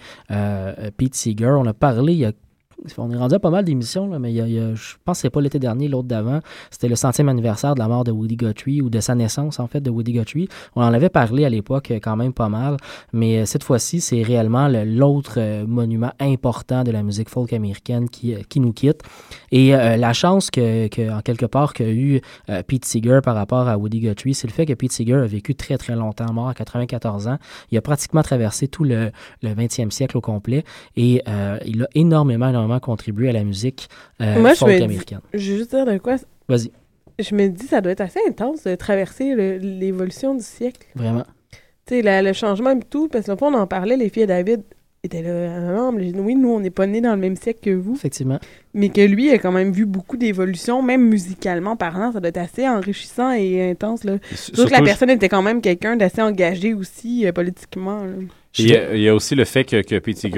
Pete Seeger. On a parlé on est rendu à pas mal d'émissions, là, mais je pense que c'est pas l'été dernier, l'autre d'avant. C'était le 100e anniversaire de la mort de Woody Guthrie, ou de sa naissance, en fait, de Woody Guthrie. On en avait parlé à l'époque quand même pas mal, mais cette fois-ci, c'est réellement l'autre monument important de la musique folk américaine qui nous quitte. Et la chance en quelque part qu'a eu Pete Seeger par rapport à Woody Guthrie, c'est le fait que Pete Seeger a vécu très, très longtemps, mort à 94 ans. Il a pratiquement traversé tout le 20e siècle au complet, et il a énormément contribué à la musique folk américaine. Je veux juste dire de quoi. Vas-y. Je me dis, ça doit être assez intense de traverser l'évolution du siècle. Vraiment. Tu sais, le changement et tout, parce que là, on en parlait, les filles de David étaient là, non, mais oui, nous, on n'est pas nés dans le même siècle que vous. Effectivement. Mais que lui a quand même vu beaucoup d'évolution, même musicalement parlant, ça doit être assez enrichissant et intense, là. Surtout que la personne était quand même quelqu'un d'assez engagé aussi, politiquement, là. Il y a aussi le fait que Pete Seeger,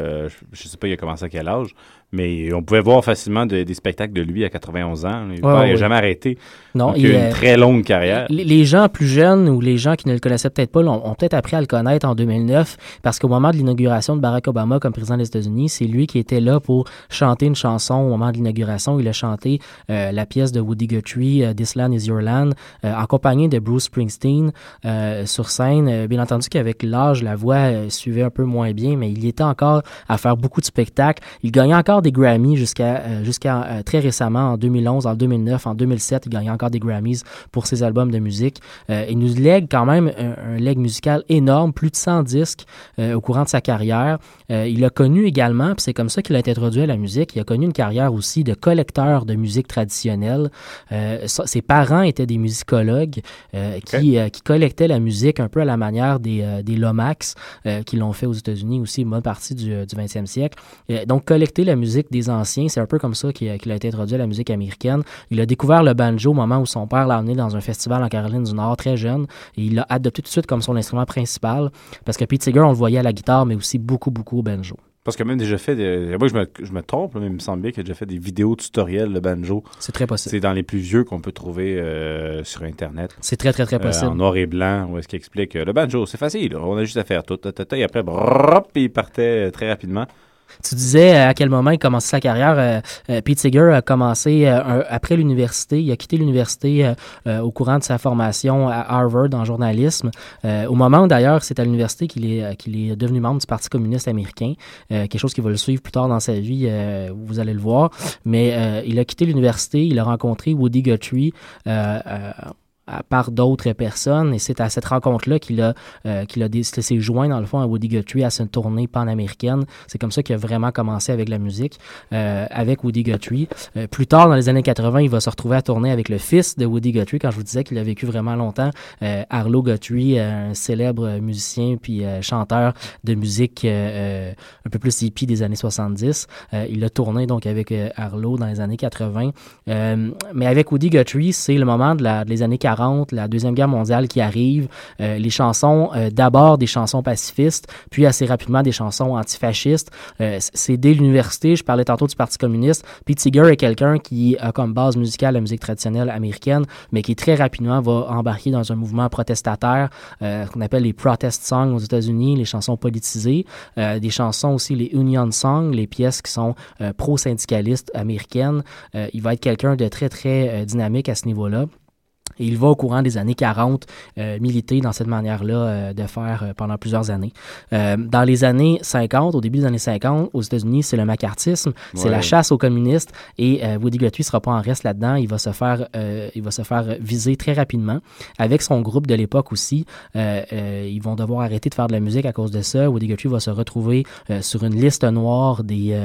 je ne sais pas il a commencé à quel âge, mais on pouvait voir facilement des spectacles de lui à 91 ans. Il n'a jamais arrêté. Non, donc, il a une très longue carrière. Les gens plus jeunes ou les gens qui ne le connaissaient peut-être pas ont peut-être appris à le connaître en 2009 parce qu'au moment de l'inauguration de Barack Obama comme président des États-Unis, c'est lui qui était là pour chanter une chanson au moment de l'inauguration. Il a chanté la pièce de Woody Guthrie, This Land Is Your Land, accompagné de Bruce Springsteen sur scène. Bien entendu qu'avec l'âge, la voix suivait un peu moins bien, mais il était encore à faire beaucoup de spectacles. Il gagnait encore des Grammys jusqu'à très récemment, en 2011, en 2009, en 2007, il gagnait encore des Grammys pour ses albums de musique. Il nous lègue quand même un legs musical énorme, plus de 100 disques au courant de sa carrière. Il a connu également, puis c'est comme ça qu'il a été introduit à la musique, il a connu une carrière aussi de collecteur de musique traditionnelle. Ses parents étaient des musicologues qui collectaient la musique un peu à la manière des Lomax qui l'ont fait aux États-Unis aussi, une bonne partie du 20e siècle. Donc, collecter la musique des anciens, c'est un peu comme ça qu'il a été introduit à la musique américaine. Il a découvert le banjo au moment où son père l'a amené dans un festival en Caroline du Nord, très jeune, et il l'a adopté tout de suite comme son instrument principal, parce que Pete Seeger, on le voyait à la guitare, mais aussi beaucoup au banjo. Parce qu'il a même déjà fait moi, je me trompe, mais il me semble bien qu'il a déjà fait des vidéos tutoriels de banjo. C'est très possible. C'est dans les plus vieux qu'on peut trouver sur Internet. C'est très, très, très possible. En noir et blanc, où est-ce qu'il explique le banjo, c'est facile, on a juste à faire tout, et après, brrrr, puis il partait très rapidement. Tu disais à quel moment il commençait sa carrière. Pete Seeger a commencé après l'université. Il a quitté l'université au courant de sa formation à Harvard en journalisme. Au moment où, d'ailleurs, c'est à l'université qu'il est devenu membre du Parti communiste américain. Quelque chose qui va le suivre plus tard dans sa vie, vous allez le voir. Mais il a quitté l'université. Il a rencontré Woody Guthrie par d'autres personnes, et c'est à cette rencontre-là qu'il a s'est joint dans le fond à Woody Guthrie à cette tournée pan-américaine. C'est comme ça qu'il a vraiment commencé avec la musique, avec Woody Guthrie. Plus tard, dans les années 80, il va se retrouver à tourner avec le fils de Woody Guthrie, quand je vous disais qu'il a vécu vraiment longtemps, Arlo Guthrie, un célèbre musicien puis chanteur de musique un peu plus hippie des années 70. Il a tourné donc avec Arlo dans les années 80. Mais avec Woody Guthrie, c'est le moment des années 40, la Deuxième Guerre mondiale qui arrive, les chansons, d'abord des chansons pacifistes, puis assez rapidement des chansons antifascistes. C'est dès l'université, je parlais tantôt du Parti communiste. Pete Seeger est quelqu'un qui a comme base musicale la musique traditionnelle américaine, mais qui très rapidement va embarquer dans un mouvement protestataire qu'on appelle les protest songs aux États-Unis, les chansons politisées, des chansons aussi, les union songs, les pièces qui sont pro-syndicalistes américaines. Il va être quelqu'un de très, très dynamique à ce niveau-là. Et il va, au courant des années 40, militer dans cette manière-là de faire pendant plusieurs années. Dans les années 50, au début des années 50, aux États-Unis, c'est le macartisme, c'est la chasse aux communistes, et Woody Guthrie ne sera pas en reste là-dedans. Il va se faire viser très rapidement. Avec son groupe de l'époque aussi, ils vont devoir arrêter de faire de la musique à cause de ça. Woody Guthrie va se retrouver sur une liste noire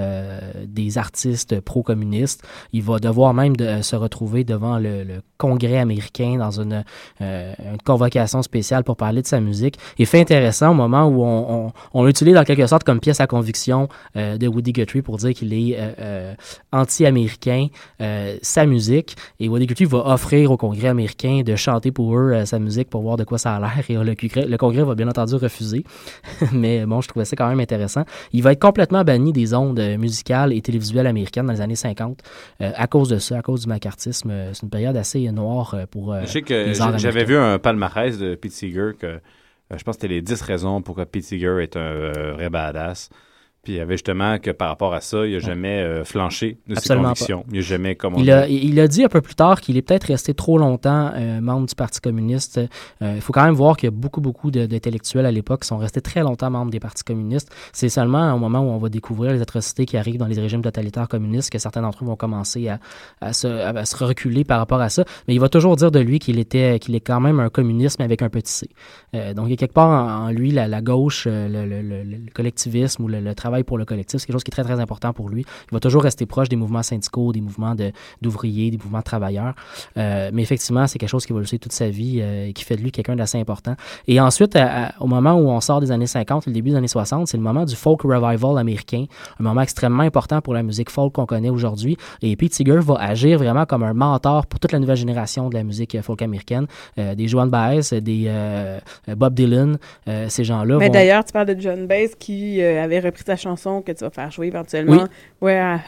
des artistes pro-communistes. Il va devoir même se retrouver devant le Congrès américain dans une convocation spéciale pour parler de sa musique. Et fait intéressant, au moment où on l'utilise en quelque sorte comme pièce à conviction de Woody Guthrie pour dire qu'il est anti-américain, sa musique. Et Woody Guthrie va offrir au Congrès américain de chanter pour eux sa musique pour voir de quoi ça a l'air. Et le Congrès va bien entendu refuser. Mais bon, je trouvais ça quand même intéressant. Il va être complètement banni des ondes musicales et télévisuelles américaines dans les années 50 à cause de ça, à cause du macartisme. C'est une période assez noire pour je sais que j'avais vu un palmarès de Pete Seeger que je pense que c'était les 10 raisons pourquoi Pete Seeger est un vrai badass. Puis il y avait justement que par rapport à ça, il n'a jamais flanché de ses convictions. Il n'a jamais il a dit un peu plus tard qu'il est peut-être resté trop longtemps membre du Parti communiste. Il faut quand même voir qu'il y a beaucoup d'intellectuels à l'époque qui sont restés très longtemps membres des partis communistes. C'est seulement au moment où on va découvrir les atrocités qui arrivent dans les régimes totalitaires communistes que certains d'entre eux vont commencer à se reculer par rapport à ça. Mais il va toujours dire de lui qu'il est quand même un communisme avec un petit c. Donc il y a quelque part en lui la gauche, le collectivisme ou le travail pour le collectif, c'est quelque chose qui est très, très important pour lui. Il va toujours rester proche des mouvements syndicaux, des mouvements d'ouvriers, des mouvements de travailleurs. Mais effectivement, c'est quelque chose qui va le suivre toute sa vie et qui fait de lui quelqu'un d'assez important. Et ensuite, au moment où on sort des années 50, le début des années 60, c'est le moment du folk revival américain, un moment extrêmement important pour la musique folk qu'on connaît aujourd'hui. Et Pete Seeger va agir vraiment comme un mentor pour toute la nouvelle génération de la musique folk américaine. Des Joan Baez, des Bob Dylan, ces gens-là. Mais d'ailleurs, tu parles de Joan Baez qui avait repris sa chanson que tu vas faire jouer éventuellement. Oui.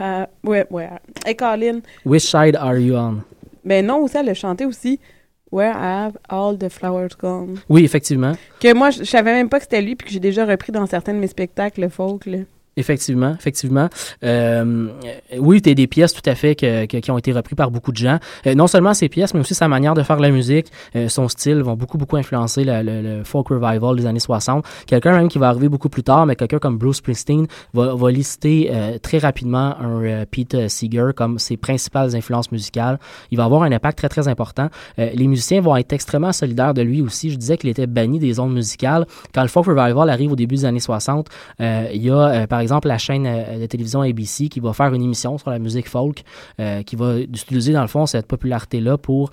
Hey, Colin. Which side are you on? Mais non, aussi, elle a chanté aussi Where Have All the Flowers Gone. Oui, effectivement. Que moi, je savais même pas que c'était lui, puis que j'ai déjà repris dans certains de mes spectacles folk, là. Effectivement. Oui, t'as des pièces tout à fait qui ont été reprises par beaucoup de gens. Non seulement ces pièces, mais aussi sa manière de faire la musique, son style vont beaucoup influencer le folk revival des années 60. Quelqu'un même qui va arriver beaucoup plus tard, mais quelqu'un comme Bruce Springsteen va lister très rapidement un Pete Seeger comme ses principales influences musicales. Il va avoir un impact très, très important. Les musiciens vont être extrêmement solidaires de lui aussi. Je disais qu'il était banni des ondes musicales. Quand le folk revival arrive au début des années 60, il y a, par exemple, la chaîne de télévision ABC qui va faire une émission sur la musique folk, qui va utiliser dans le fond cette popularité-là pour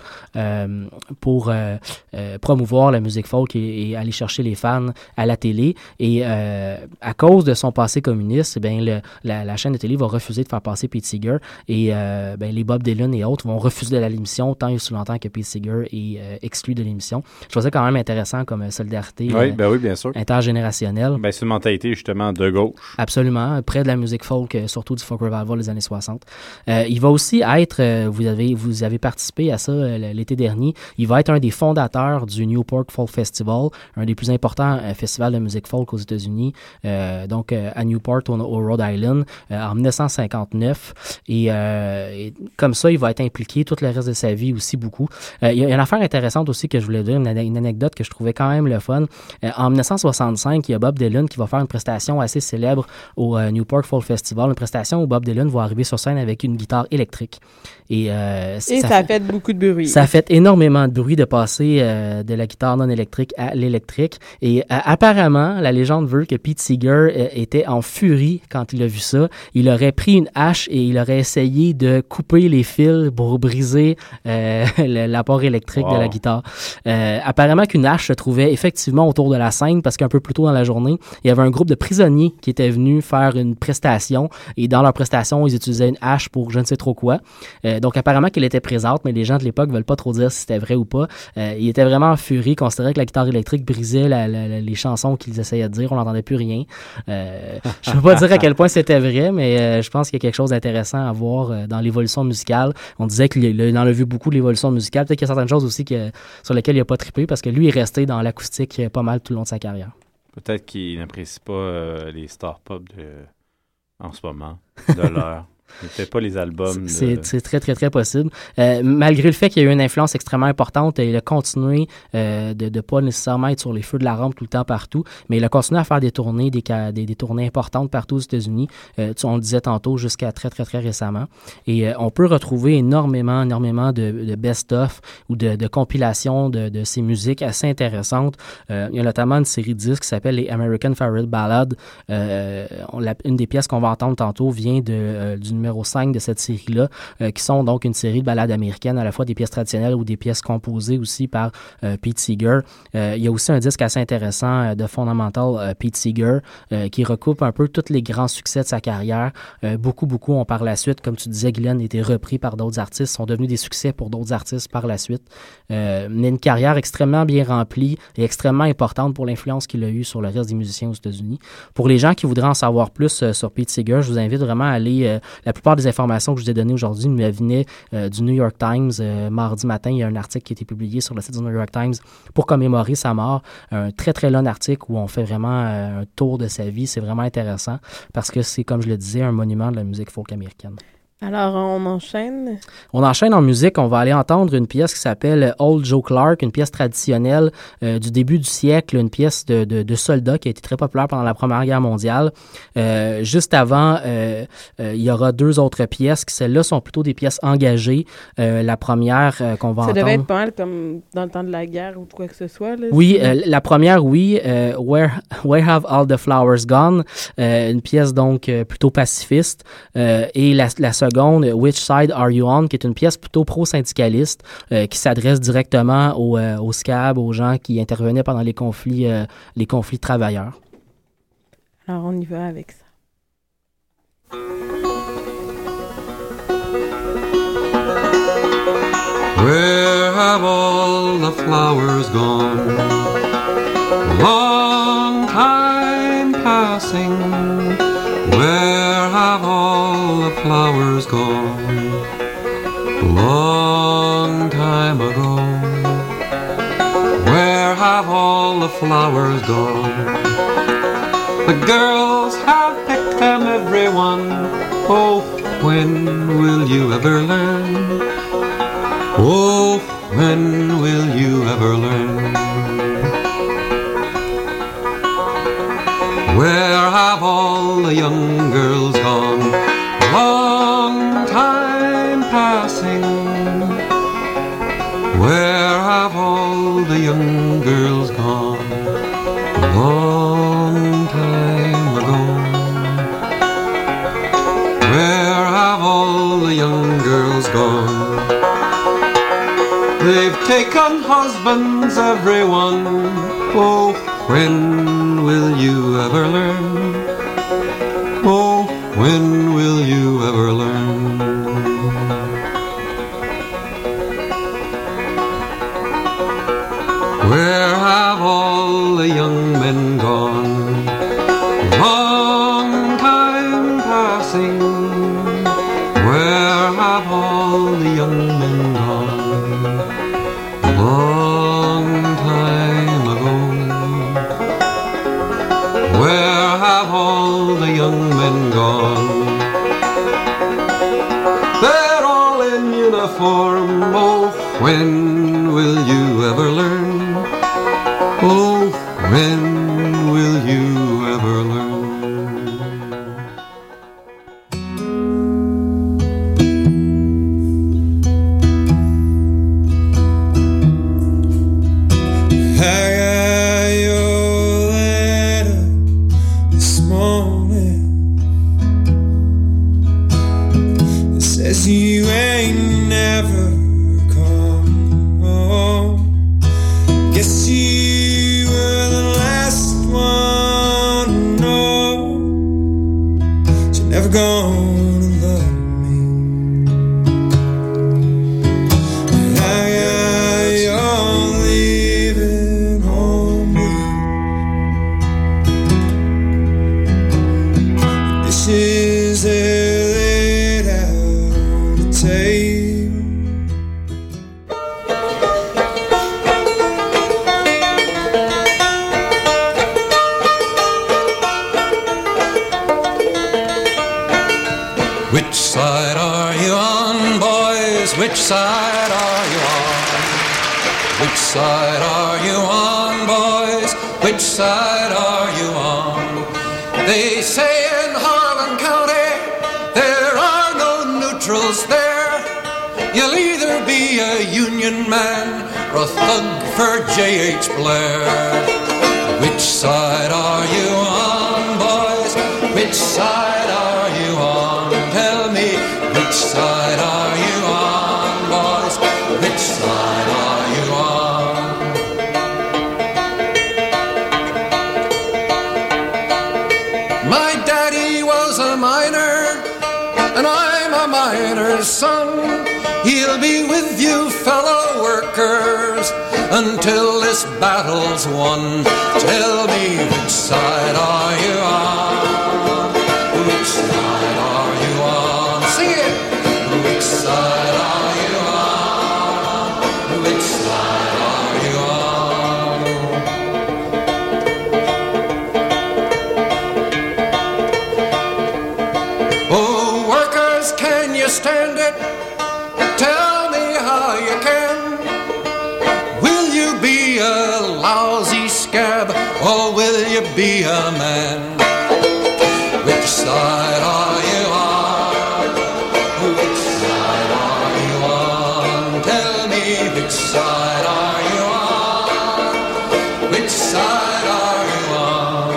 promouvoir la musique folk et aller chercher les fans à la télé. Et à cause de son passé communiste, la chaîne de télé va refuser de faire passer Pete Seeger et les Bob Dylan et autres vont refuser l'émission tant et aussi longtemps que Pete Seeger est exclu de l'émission. Je trouve ça quand même intéressant comme solidarité oui, bien sûr. intergénérationnelle. C'est une mentalité justement de gauche. Absolument. absolument, près de la musique folk, surtout du folk revival des années 60. Il va aussi être, vous avez participé à ça l'été dernier, il va être un des fondateurs du Newport Folk Festival, un des plus importants festivals de musique folk aux États-Unis, donc à Newport au Rhode Island, en 1959. Et comme ça, il va être impliqué tout le reste de sa vie aussi beaucoup. Il y a une affaire intéressante aussi que je voulais dire, une anecdote que je trouvais quand même le fun. En 1965, il y a Bob Dylan qui va faire une prestation assez célèbre au Newport Folk Festival, une prestation où Bob Dylan va arriver sur scène avec une guitare électrique. Et ça a fait beaucoup de bruit. Ça a fait énormément de bruit de passer de la guitare non électrique à l'électrique. Et apparemment, la légende veut que Pete Seeger était en furie quand il a vu ça. Il aurait pris une hache et il aurait essayé de couper les fils pour briser l'apport électrique de la guitare. Apparemment qu'une hache se trouvait effectivement autour de la scène parce qu'un peu plus tôt dans la journée, il y avait un groupe de prisonniers qui étaient venus faire une prestation et dans leur prestation, ils utilisaient une hache pour je ne sais trop quoi. Donc apparemment qu'elle était présente, mais les gens de l'époque veulent pas trop dire si c'était vrai ou pas. Il était vraiment en furie, considérait que la guitare électrique brisait les chansons qu'ils essayaient de dire, on n'entendait plus rien. Je peux pas dire à quel point c'était vrai, mais je pense qu'il y a quelque chose d'intéressant à voir dans l'évolution musicale. On disait qu'il en a vu beaucoup de l'évolution musicale. Peut-être qu'il y a certaines choses aussi sur lesquelles il n'a pas trippé parce que lui est resté dans l'acoustique pas mal tout le long de sa carrière. Peut-être qu'il n'apprécie pas les star pop en ce moment, de l'heure. Il ne fait pas les albums. C'est très, très, très possible. Malgré le fait qu'il y a eu une influence extrêmement importante, il a continué de ne pas nécessairement être sur les feux de la rampe tout le temps partout, mais il a continué à faire des tournées, des tournées importantes partout aux États-Unis. On le disait tantôt, jusqu'à très, très, très récemment. Et on peut retrouver énormément de best-of ou de compilations de ces musiques assez intéressantes. Il y a notamment une série de disques qui s'appelle les American Favorite Ballad. Une des pièces qu'on va entendre tantôt vient du numéro 5 de cette série-là, qui sont donc une série de ballades américaines, à la fois des pièces traditionnelles ou des pièces composées aussi par Pete Seeger. Il y a aussi un disque assez intéressant de Fundamental Pete Seeger qui recoupe un peu tous les grands succès de sa carrière. Beaucoup ont par la suite, comme tu disais, Glenn, été repris par d'autres artistes, sont devenus des succès pour d'autres artistes par la suite. Mais une carrière extrêmement bien remplie et extrêmement importante pour l'influence qu'il a eue sur le reste des musiciens aux États-Unis. Pour les gens qui voudraient en savoir plus sur Pete Seeger, je vous invite vraiment à aller... La plupart des informations que je vous ai données aujourd'hui me venaient du New York Times. Mardi matin, il y a un article qui a été publié sur le site du New York Times pour commémorer sa mort. Un très, très long article où on fait vraiment un tour de sa vie. C'est vraiment intéressant parce que c'est, comme je le disais, un monument de la musique folk américaine. Alors, on enchaîne? On enchaîne en musique. On va aller entendre une pièce qui s'appelle Old Joe Clark, une pièce traditionnelle du début du siècle, une pièce de soldats qui a été très populaire pendant la Première Guerre mondiale. Juste avant, il y aura deux autres pièces qui, celles-là, sont plutôt des pièces engagées. La première qu'on va entendre... Ça devait être pas mal comme dans le temps de la guerre ou quoi que ce soit. Là, oui, la première, oui. Where Have All the Flowers Gone? Une pièce donc plutôt pacifiste. Et la seconde, Which Side Are You On, qui est une pièce plutôt pro-syndicaliste qui s'adresse directement aux SCAB, aux gens qui intervenaient pendant les conflits de travailleurs. Alors, on y va avec ça. Where have all the flowers gone? Long time passing. Where have all the flowers gone? Long time ago. Where have all the flowers gone? The girls have picked them, everyone. Oh, when will you ever learn? Oh, when will you ever learn? Where have all the young girls gone? Long time passing. Where have all the young girls gone? Long time ago. Where have all the young girls gone? They've taken husbands, everyone. Oh, when will you ever learn? Oh, when will you ever learn? Where have all the young men gone? Long time Where have all the young men gone? They're all in uniform. Oh, when will you ever learn? Oh, when will you ever learn? I got your letter this morning. It says you ain't never come home. Guess you were the last one to know you're never gonna love me. And I got your leaving home. This is laid out the table. Which side are you on, boys? Which side are you on? Which side are you on, boys? Which side are you on? They say in Harlan County there are no neutrals there. You'll either be a Union man or a thug for J.H. Blair. Which side are you on, boys? Which side are you on? Tell me, which side are you on, boys? Which side are you on? My daddy was a miner, and I'm a miner's son. He'll be with you, fellow workers, until this battle's won. Tell me, which side are you on? Which side are you on? Sing it! Which side are you on? Which side are you on? Oh, workers, can you stand it? Tell me how you can. Will you be a lousy scab, or will you be a man? Which side are you on? Which side are you on? Tell me, which side are you on? Which side are you on?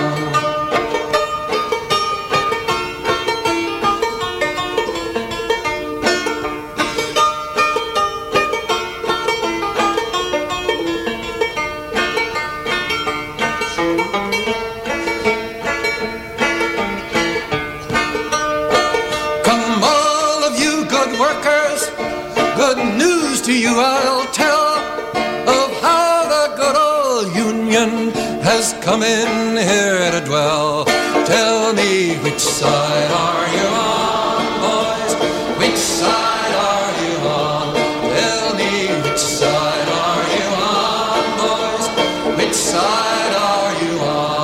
Come all of you good workers, good news to you I'll tell of how the good old Union has come in here to dwell. Tell me, which side are you on, boys? Which side are you on? Tell me, which side are you on, boys? Which side are you on?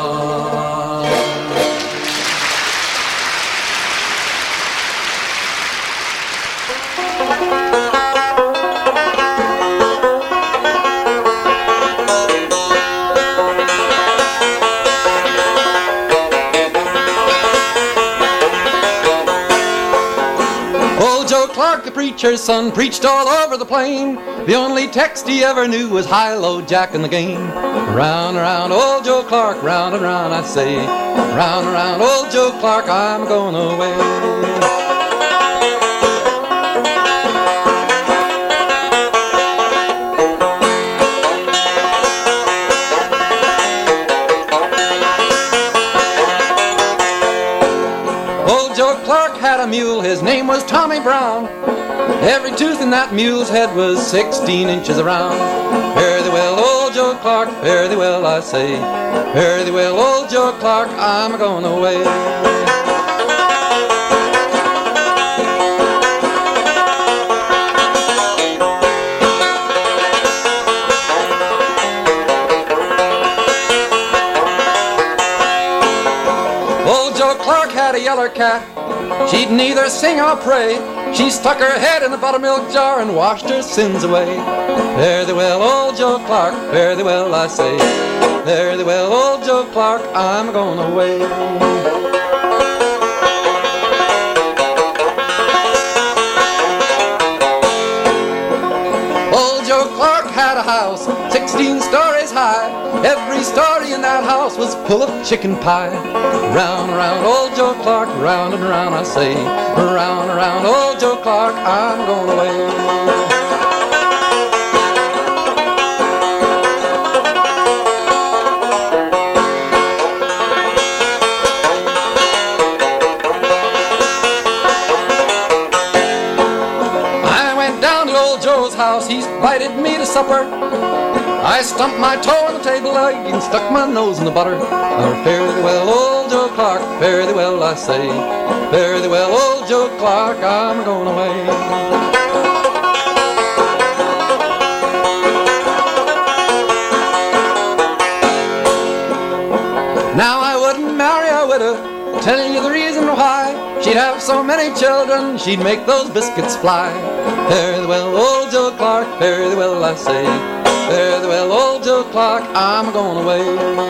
Old Joe Clark, the preacher's son, preached all over the plain. The only text he ever knew was high-low Jack in the game. Round and round, old Joe Clark, round and round, I say. Round and round, old Joe Clark, I'm going away. Old Joe Clark had a mule, his name was Tommy Brown. Every tooth in that mule's head was 16 inches around. Fare thee well, old Joe Clark, fare thee well, I say. Fare thee well, old Joe Clark, I'm going away. Joe Clark had a yeller cat. She'd neither sing or pray. She stuck her head in the buttermilk jar and washed her sins away. Fare thee well, old Joe Clark, fare thee well, I say. Fare thee well, old Joe Clark, I'm going away. Old Joe Clark had a house 16 stories high. Every story in that house was full of chicken pie. Round and round old Joe Clark, round and round I say. Round and round old Joe Clark, I'm going away. House, he's invited me to supper. I stumped my toe on the table leg and stuck my nose in the butter. Fare thee well, old Joe Clark, fare thee well, I say. Fare thee well, old Joe Clark, I'm going away. Now I wouldn't marry a widow, telling you the reason why. She'd have so many children, she'd make those biscuits fly. Fare thee well, old Joe Clark, fare thee well, I say. Fare thee well, old Joe Clark, I'm going away.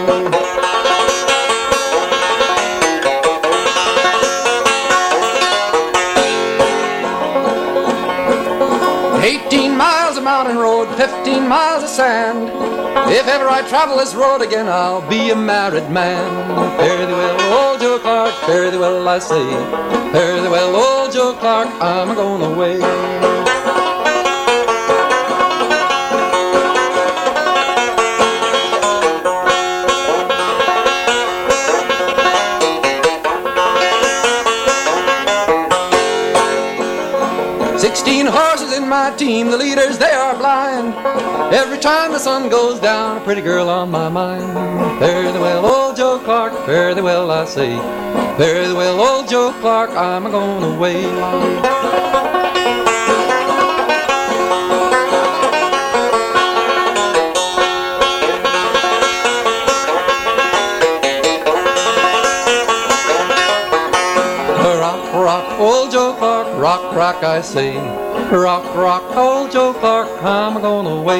18 miles of mountain road, 15 miles of sand. If ever I travel this road again, I'll be a married man. Fare thee well, old Joe Clark, fare thee well, I say. Fare thee well, old Joe Clark, I'm going away. My team, the leaders, they are blind. Every time the sun goes down, a pretty girl on my mind. Fare thee well, old Joe Clark, fare thee well, I say. Fare thee well, old Joe Clark, I'm going away. Rock, rock, old Joe Clark, rock, rock, I say. Rock, rock, old Joe Clark, I'm going away.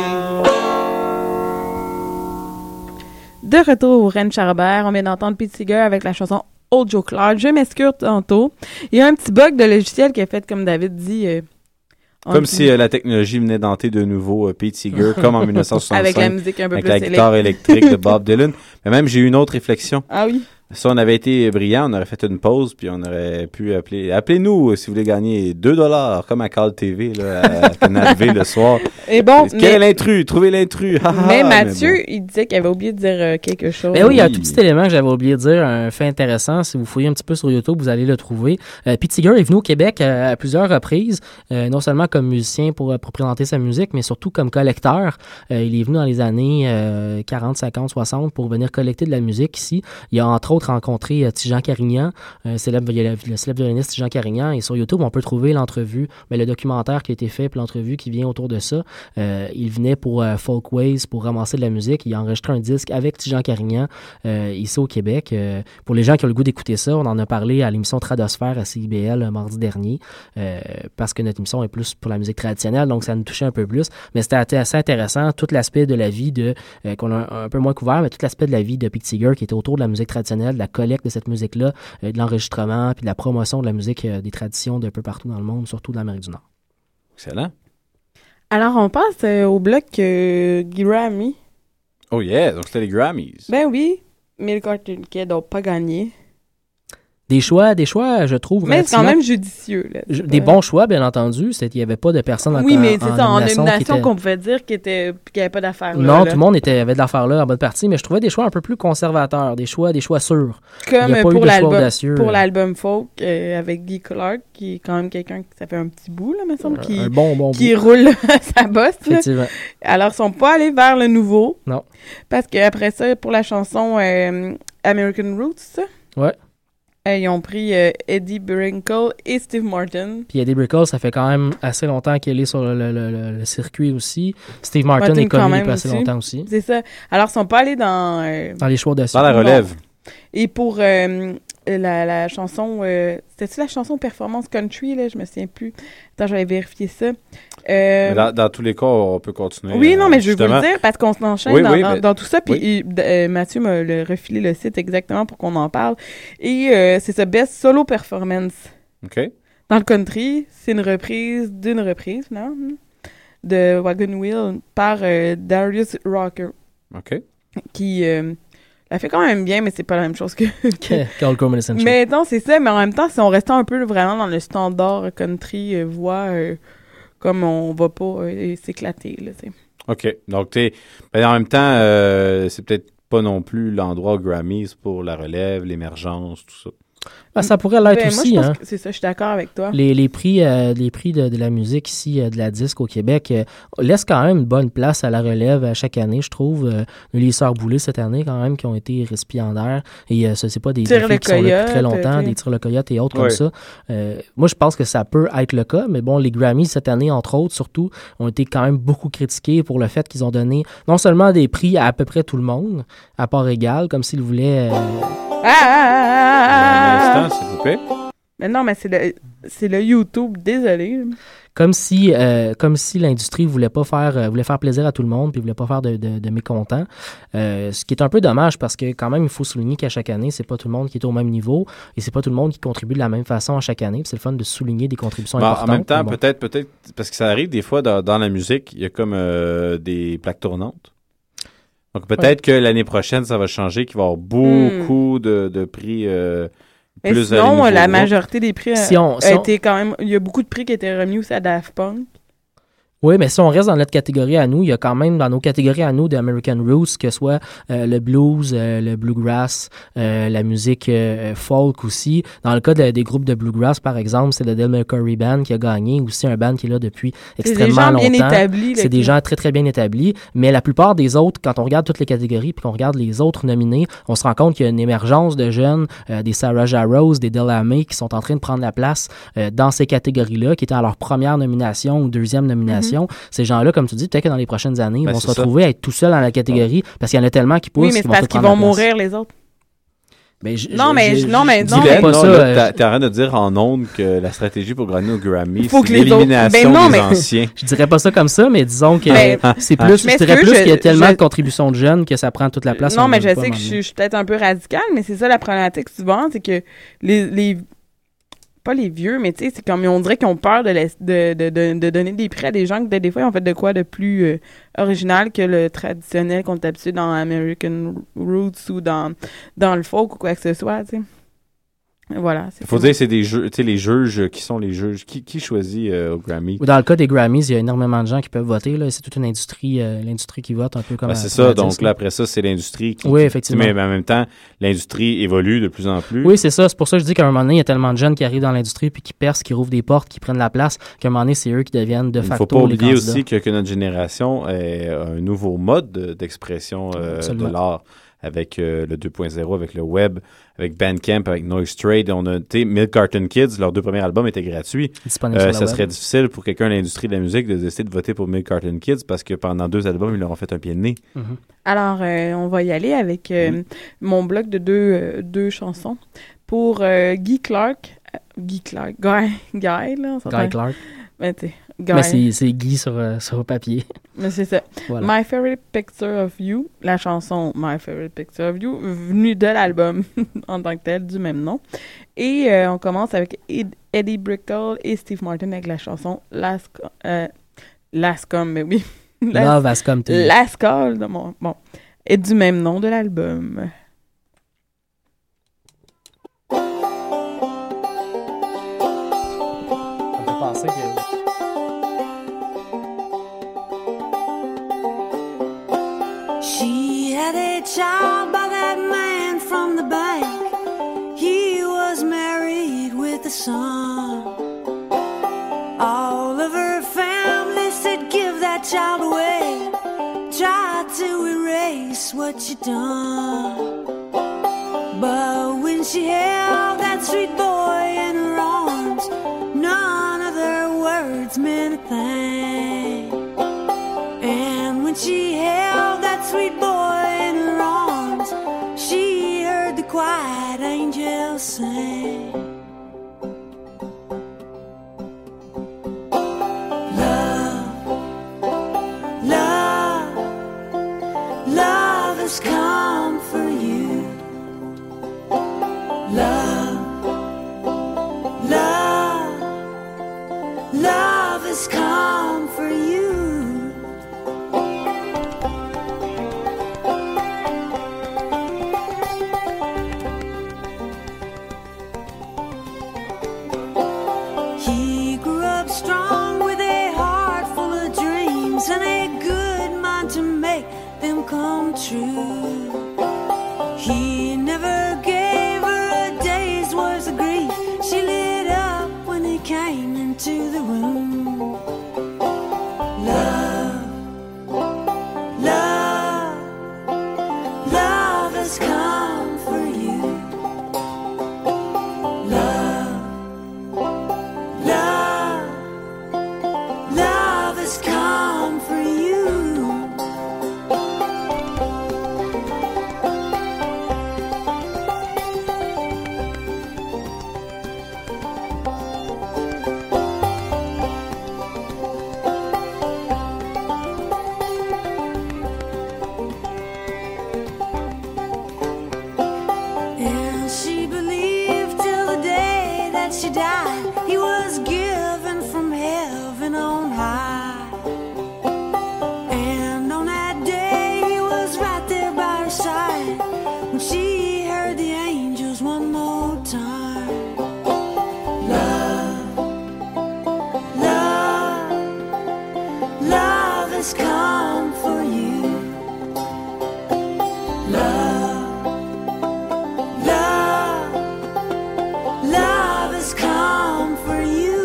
De retour au Rennes Charbert, on vient d'entendre Pete Seeger avec la chanson Old Joe Clark. Je m'excuse tantôt. Il y a un petit bug de logiciel qui a fait, comme David dit... comme si la technologie venait d'enter de nouveau Pete Seeger, comme en 1965. Avec la musique un peu avec plus la guitare électrique de Bob Dylan. Mais même, j'ai eu une autre réflexion. Ah oui? Si on avait été brillant, on aurait fait une pause, puis on aurait pu appeler... Appelez-nous si vous voulez gagner $2, comme à Call TV, là, à Canal V le soir. Et bon, quel est l'intrus? Trouvez l'intrus! Mais Mathieu, il disait qu'il avait oublié de dire quelque chose. Ben oui, il y a un tout petit élément que j'avais oublié de dire, un fait intéressant. Si vous fouillez un petit peu sur YouTube, vous allez le trouver. Pete Seeger est venu au Québec à plusieurs reprises, non seulement comme musicien pour présenter sa musique, mais surtout comme collecteur. Il est venu dans les années 40, 50, 60 pour venir collecter de la musique ici. Il a entre autres rencontré Tijan Carignan, le célèbre violoniste Tijan Carignan, et sur YouTube, on peut trouver l'entrevue, mais le documentaire qui a été fait, puis l'entrevue qui vient autour de ça. Il venait pour Folkways, pour ramasser de la musique. Il a enregistré un disque avec Tijan Carignan ici au Québec. Pour les gens qui ont le goût d'écouter ça, on en a parlé à l'émission Tradosphère à CIBL mardi dernier, parce que notre émission est plus pour la musique traditionnelle, donc ça nous touchait un peu plus. Mais c'était assez intéressant, tout l'aspect de la vie qu'on a un peu moins couvert, mais tout l'aspect de la vie de Pete Seeger qui était autour de la musique traditionnelle, de la collecte de cette musique-là, de l'enregistrement, puis de la promotion de la musique des traditions d'un peu partout dans le monde, surtout de l'Amérique du Nord. Excellent. Alors, on passe au bloc Grammy. Oh yeah, donc c'était les Grammys. Ben oui, mais le Cartoon Kid n'a pas gagné. Des choix, je trouve. Mais c'est quand même judicieux. Là, des bons choix, bien entendu. Il n'y avait pas de personnes Oui, mais c'est ça, en nomination qu'on pouvait dire qu'il n'y avait pas d'affaires là. Non, tout le monde avait de l'affaire là en bonne partie, mais je trouvais des choix un peu plus conservateurs, des choix sûrs. Comme pour l'album folk avec Guy Clark, qui est quand même quelqu'un qui ça fait un petit bout, là, me semble, qui roule sa bosse. Effectivement. Alors, ils ne sont pas allés vers le nouveau. Non. Parce qu'après ça, pour la chanson American Roots, ça? Ouais. Ils ont pris Eddie Brickell et Steve Martin. Puis Eddie Brickell, ça fait quand même assez longtemps qu'il est sur le circuit aussi. Steve Martin est connu depuis assez longtemps aussi. C'est ça. Alors, ils sont pas allés dans les choix de dans la relève. Et pour la chanson... c'était-tu la chanson Performance Country, là? Je me souviens plus. Attends, je vais vérifier ça. Mais dans tous les cas, on peut continuer. Oui, non, mais je veux vous le dire, parce qu'on s'enchaîne dans tout ça. Puis oui. Mathieu m'a refilé le site exactement pour qu'on en parle. Et c'est ça, Best Solo Performance. OK. Dans le country, c'est une reprise d'une reprise, non? De Wagon Wheel par Darius Rucker. OK. Qui la fait quand même bien, mais c'est pas la même chose que All Common Essential. Mais non, c'est ça. Mais en même temps, si on restait un peu vraiment dans le standard country voix, comme on va pas s'éclater, là, tu sais. OK. Donc, en même temps, c'est peut-être pas non plus l'endroit Grammys pour la relève, l'émergence, tout ça. Ben, ça pourrait l'être aussi. Moi, je pense que c'est ça, je suis d'accord avec toi. Les prix de la musique ici, de la disque au Québec, laissent quand même une bonne place à la relève chaque année, je trouve. Les Sœurs Boulay cette année, quand même, qui ont été récipiendaires. Et ça, c'est pas des filles qui sont là depuis très longtemps, des Tire le Coyote et autres comme ça. Moi, je pense que ça peut être le cas, mais bon, les Grammys cette année, entre autres, surtout, ont été quand même beaucoup critiqués pour le fait qu'ils ont donné non seulement des prix à peu près tout le monde, à part égale, comme s'ils voulaient... Un instant, s'il vous plaît. Mais non, mais c'est le YouTube, désolé. Comme si l'industrie voulait faire plaisir à tout le monde puis voulait pas faire de mécontents. Ce qui est un peu dommage parce que quand même, il faut souligner qu'à chaque année, c'est pas tout le monde qui est au même niveau et c'est pas tout le monde qui contribue de la même façon à chaque année. Puis c'est le fun de souligner des contributions importantes. En même temps, peut-être, parce que ça arrive des fois dans la musique, il y a comme des plaques tournantes. Donc peut-être que l'année prochaine, ça va changer, qu'il va y avoir beaucoup de prix mais plus sinon, la majorité des prix a été quand même... Il y a beaucoup de prix qui étaient remis aussi à Daft Punk. Oui, mais si on reste dans notre catégorie à nous, il y a quand même dans nos catégories à nous d'American Roots, que ce soit le blues, le bluegrass, la musique folk aussi. Dans le cas des groupes de bluegrass, par exemple, c'est le Del Curry Band qui a gagné, aussi un band qui est là depuis extrêmement longtemps. C'est des gens bien établis. C'est des gens très, très bien établis. Mais la plupart des autres, quand on regarde toutes les catégories puis qu'on regarde les autres nominés, on se rend compte qu'il y a une émergence de jeunes, des Sarah Jarosz, des Della Mae, qui sont en train de prendre la place dans ces catégories-là, qui étaient à leur première nomination ou deuxième nomination. Ces gens-là, comme tu dis, peut-être que dans les prochaines années, ils vont se retrouver à être tout seuls dans la catégorie parce qu'il y en a tellement qui poussent. Oui, mais c'est parce qu'ils vont mourir, les autres. Mais pas ça. T'es en train de dire en ondes que la stratégie pour gagner au Grammy, c'est l'élimination des anciens. Je dirais pas ça comme ça, mais disons que c'est plus. Je dirais plus qu'il y a tellement de contributions de jeunes que ça prend toute la place. Non, mais je sais que je suis peut-être un peu radicale, mais c'est ça la problématique souvent, c'est que les pas les vieux, mais tu sais, c'est comme on dirait qu'ils ont peur de donner des prix à des gens que des fois ils ont fait de quoi de plus original que le traditionnel qu'on est habitué dans American Roots ou dans le folk ou quoi que ce soit, tu sais. Voilà. Il faut dire que c'est des juges, tu sais, les juges qui sont les juges. Qui choisit au Grammy? Dans le cas des Grammys, il y a énormément de gens qui peuvent voter. Là. C'est toute une industrie, l'industrie qui vote un peu comme c'est ça. Donc là, après ça, c'est l'industrie qui... Oui, effectivement. Mais en même temps, l'industrie évolue de plus en plus. Oui, c'est ça. C'est pour ça que je dis qu'à un moment donné, il y a tellement de jeunes qui arrivent dans l'industrie puis qui percent, qui rouvrent des portes, qui prennent la place, qu'à un moment donné, c'est eux qui deviennent de facto les candidats. Il ne faut pas oublier aussi que notre génération est un nouveau mode d'expression de l'art. Avec le 2.0, avec le web, avec Bandcamp, avec Noise Trade. On a, Milk Carton Kids, leurs 2 premiers albums étaient gratuits. Ça serait difficile pour quelqu'un de l'industrie de la musique de décider de voter pour Milk Carton Kids parce que pendant 2 albums, ils leur ont fait un pied de nez. Mm-hmm. Alors, on va y aller avec mon bloc de deux chansons. Pour Guy Clark, là, Guy Clark. Ben, mais c'est Guy sur papier. Mais c'est ça. Voilà. My Favorite Picture of You, la chanson My Favorite Picture of You, venue de l'album en tant que tel, du même nom. Et on commence avec Eddie Brickell et Steve Martin avec la chanson Last Come, mais oui. Love Has Come to You. Last Call, bon, et du même nom de l'album. Ça me fait penser que... She had a child by that man from the bank. He was married with a son. All of her family said, give that child away. Try to erase what you done. But when she held that sweet boy in her arms, none of their words meant a thing. And when she held that sweet boy in her arms, she heard the quiet angels sing. Love has come for you. Love has come for you. He grew up strong with a heart full of dreams and a good mind to make them come true. He never gave her a day's worth of grief. She lit up when he came into the room. Love has come for you. Love has come for you. And she believed till the day that she died, he was given from heaven on high. And on that day he was right there by her side when she heard the angels one more time. Love has come for you. Love has come for you.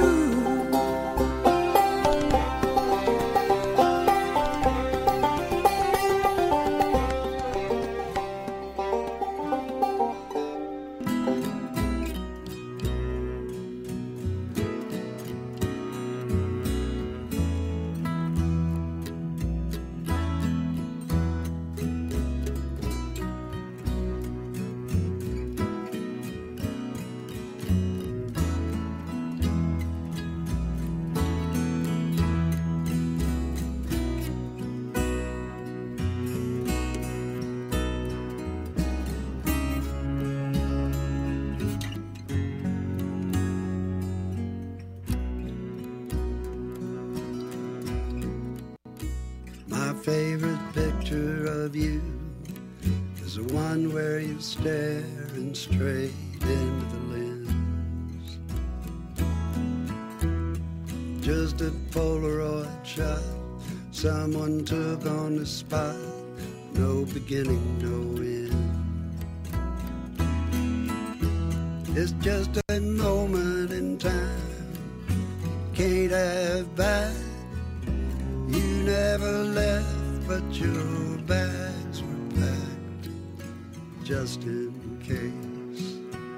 My favorite picture of you is the one where you staring straight into the lens. Just a Polaroid shot someone took on the spot. No beginning, no end. It's just a moment in time, can't have back. You never left, but your bags were packed just in case.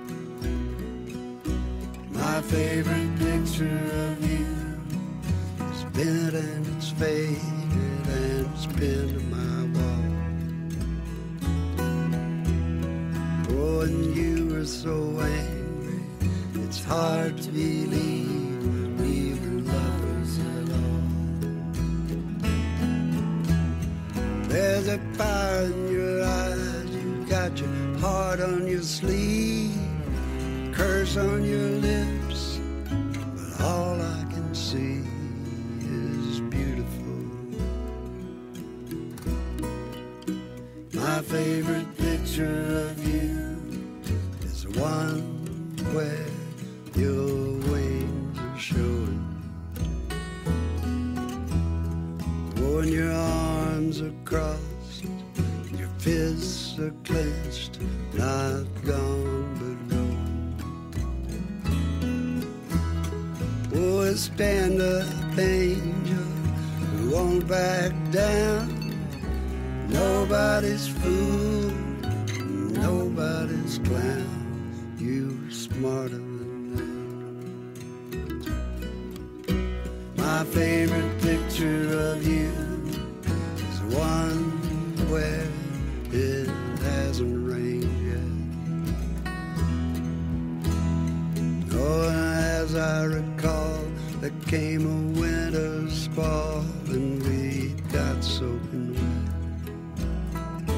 My favorite picture of you is bent and it's faded and it's pinned to my wall. Oh, and you were so angry, it's hard to believe we were lovers at all. There's a fire in your eyes, you got your heart on your sleeve, curse on your lips, but all I can see is beautiful. My favorite picture of you is the one where your wings are showing. When your arms are crossed, your fists are clenched, not gone but gone. Oh, stand up, angel, who won't back down. Nobody's fool, nobody's clown. You're smarter than them. My favorite picture of you is the one where it hasn't rained yet. I recall, there came a winter squall and we got soaking wet.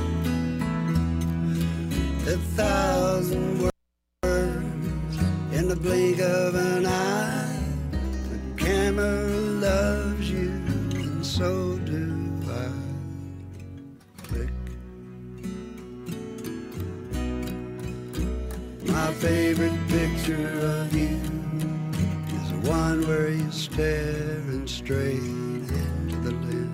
1,000 words in the blink of an eye. The camera loves you and so do I. Click. My favorite picture of you is the one where you staring straight into the lens.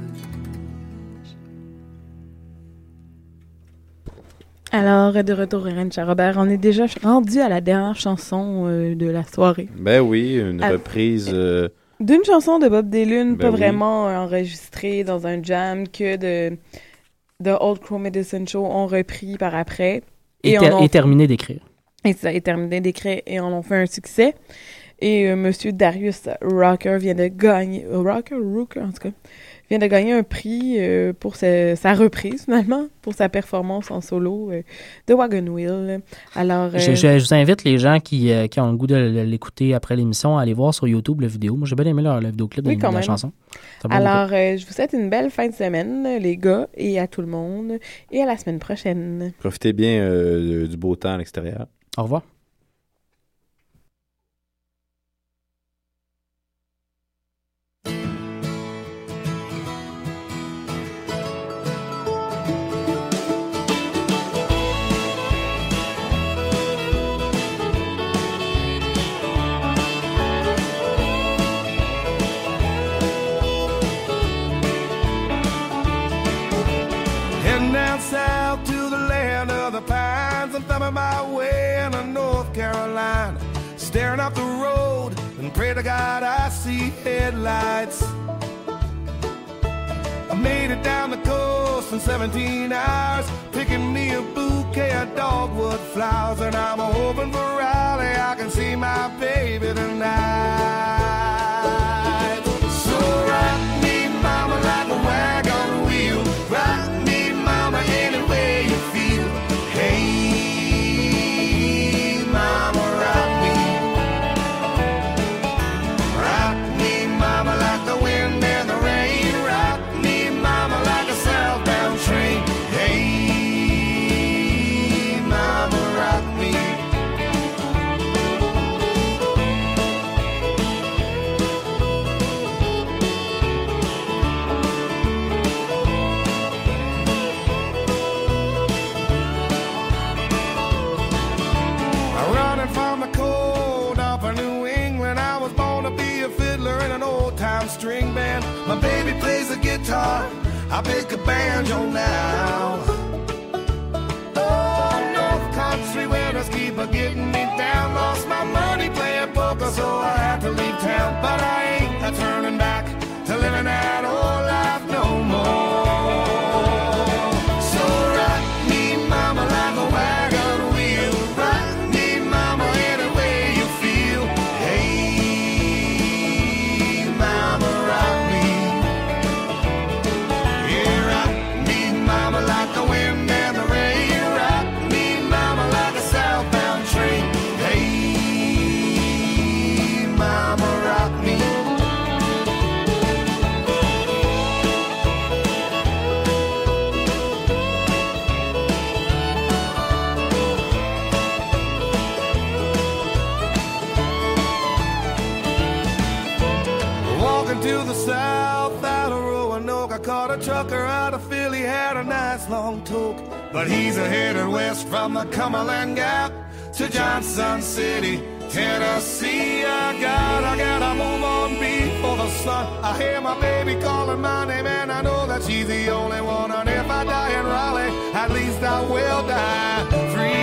Alors, de retour à Ranch à Robert, on est déjà rendu à la dernière chanson de la soirée. Ben oui, une reprise... D'une chanson de Bob Dylan, Ben pas oui. vraiment enregistrée dans un jam, que de Old Crow Medicine Show ont repris par après. Et terminé d'écrire. Et ça est terminé d'écrire et on en fait un succès. Et Monsieur Darius Rucker vient de gagner... Rucker, en tout cas, vient de gagner un prix pour sa reprise, finalement, pour sa performance en solo de Wagon Wheel. Alors... Je vous invite les gens qui ont le goût de l'écouter après l'émission à aller voir sur YouTube la vidéo. Moi, j'ai bien aimé le vidéoclip de la chanson. Alors, je vous souhaite une belle fin de semaine, les gars, et à tout le monde. Et à la semaine prochaine. Profitez bien du beau temps à l'extérieur. Au revoir. Heading down south to the land of the pines. I'm thumbing my way into North Carolina, staring up the road and pray to God I see headlights. I made it down the coast in 17 hours, picking me a bouquet of dogwood flowers, and I'm hoping for Raleigh I can see my baby tonight. So rock me, mama, like a wagon wheel. Rock me, mama, any way you feel. Hey, mama, rock me. Rock me, mama, like the wind and the rain. Rock me, mama, like a southbound train. Hey, mama, rock me. Running from the cold up in New England, I was born to be a fiddler in an old-time string band. My baby plays the guitar, I pick a banjo now. Oh, North Country winters keep a getting me down. Lost my money playing poker, so I had to leave town. But I ain't a turning back to living that old life no more. So rock me, mama, like a wagon wheel. Rock me, mama, any way you feel. Hey, mama, rock me. Yeah, rock me, mama, like the wind and the rain. Rock me, mama, like a southbound train. Hey, mama, rock me. Walking to the south out of Roanoke, I caught a trucker out of Philly, had a nice long toke. But he's headed west from the Cumberland Gap to Johnson City, Tennessee. I gotta move on before the sun. I hear my baby calling my name and I know that she's the only one. And if I die in Raleigh, at least I will die free.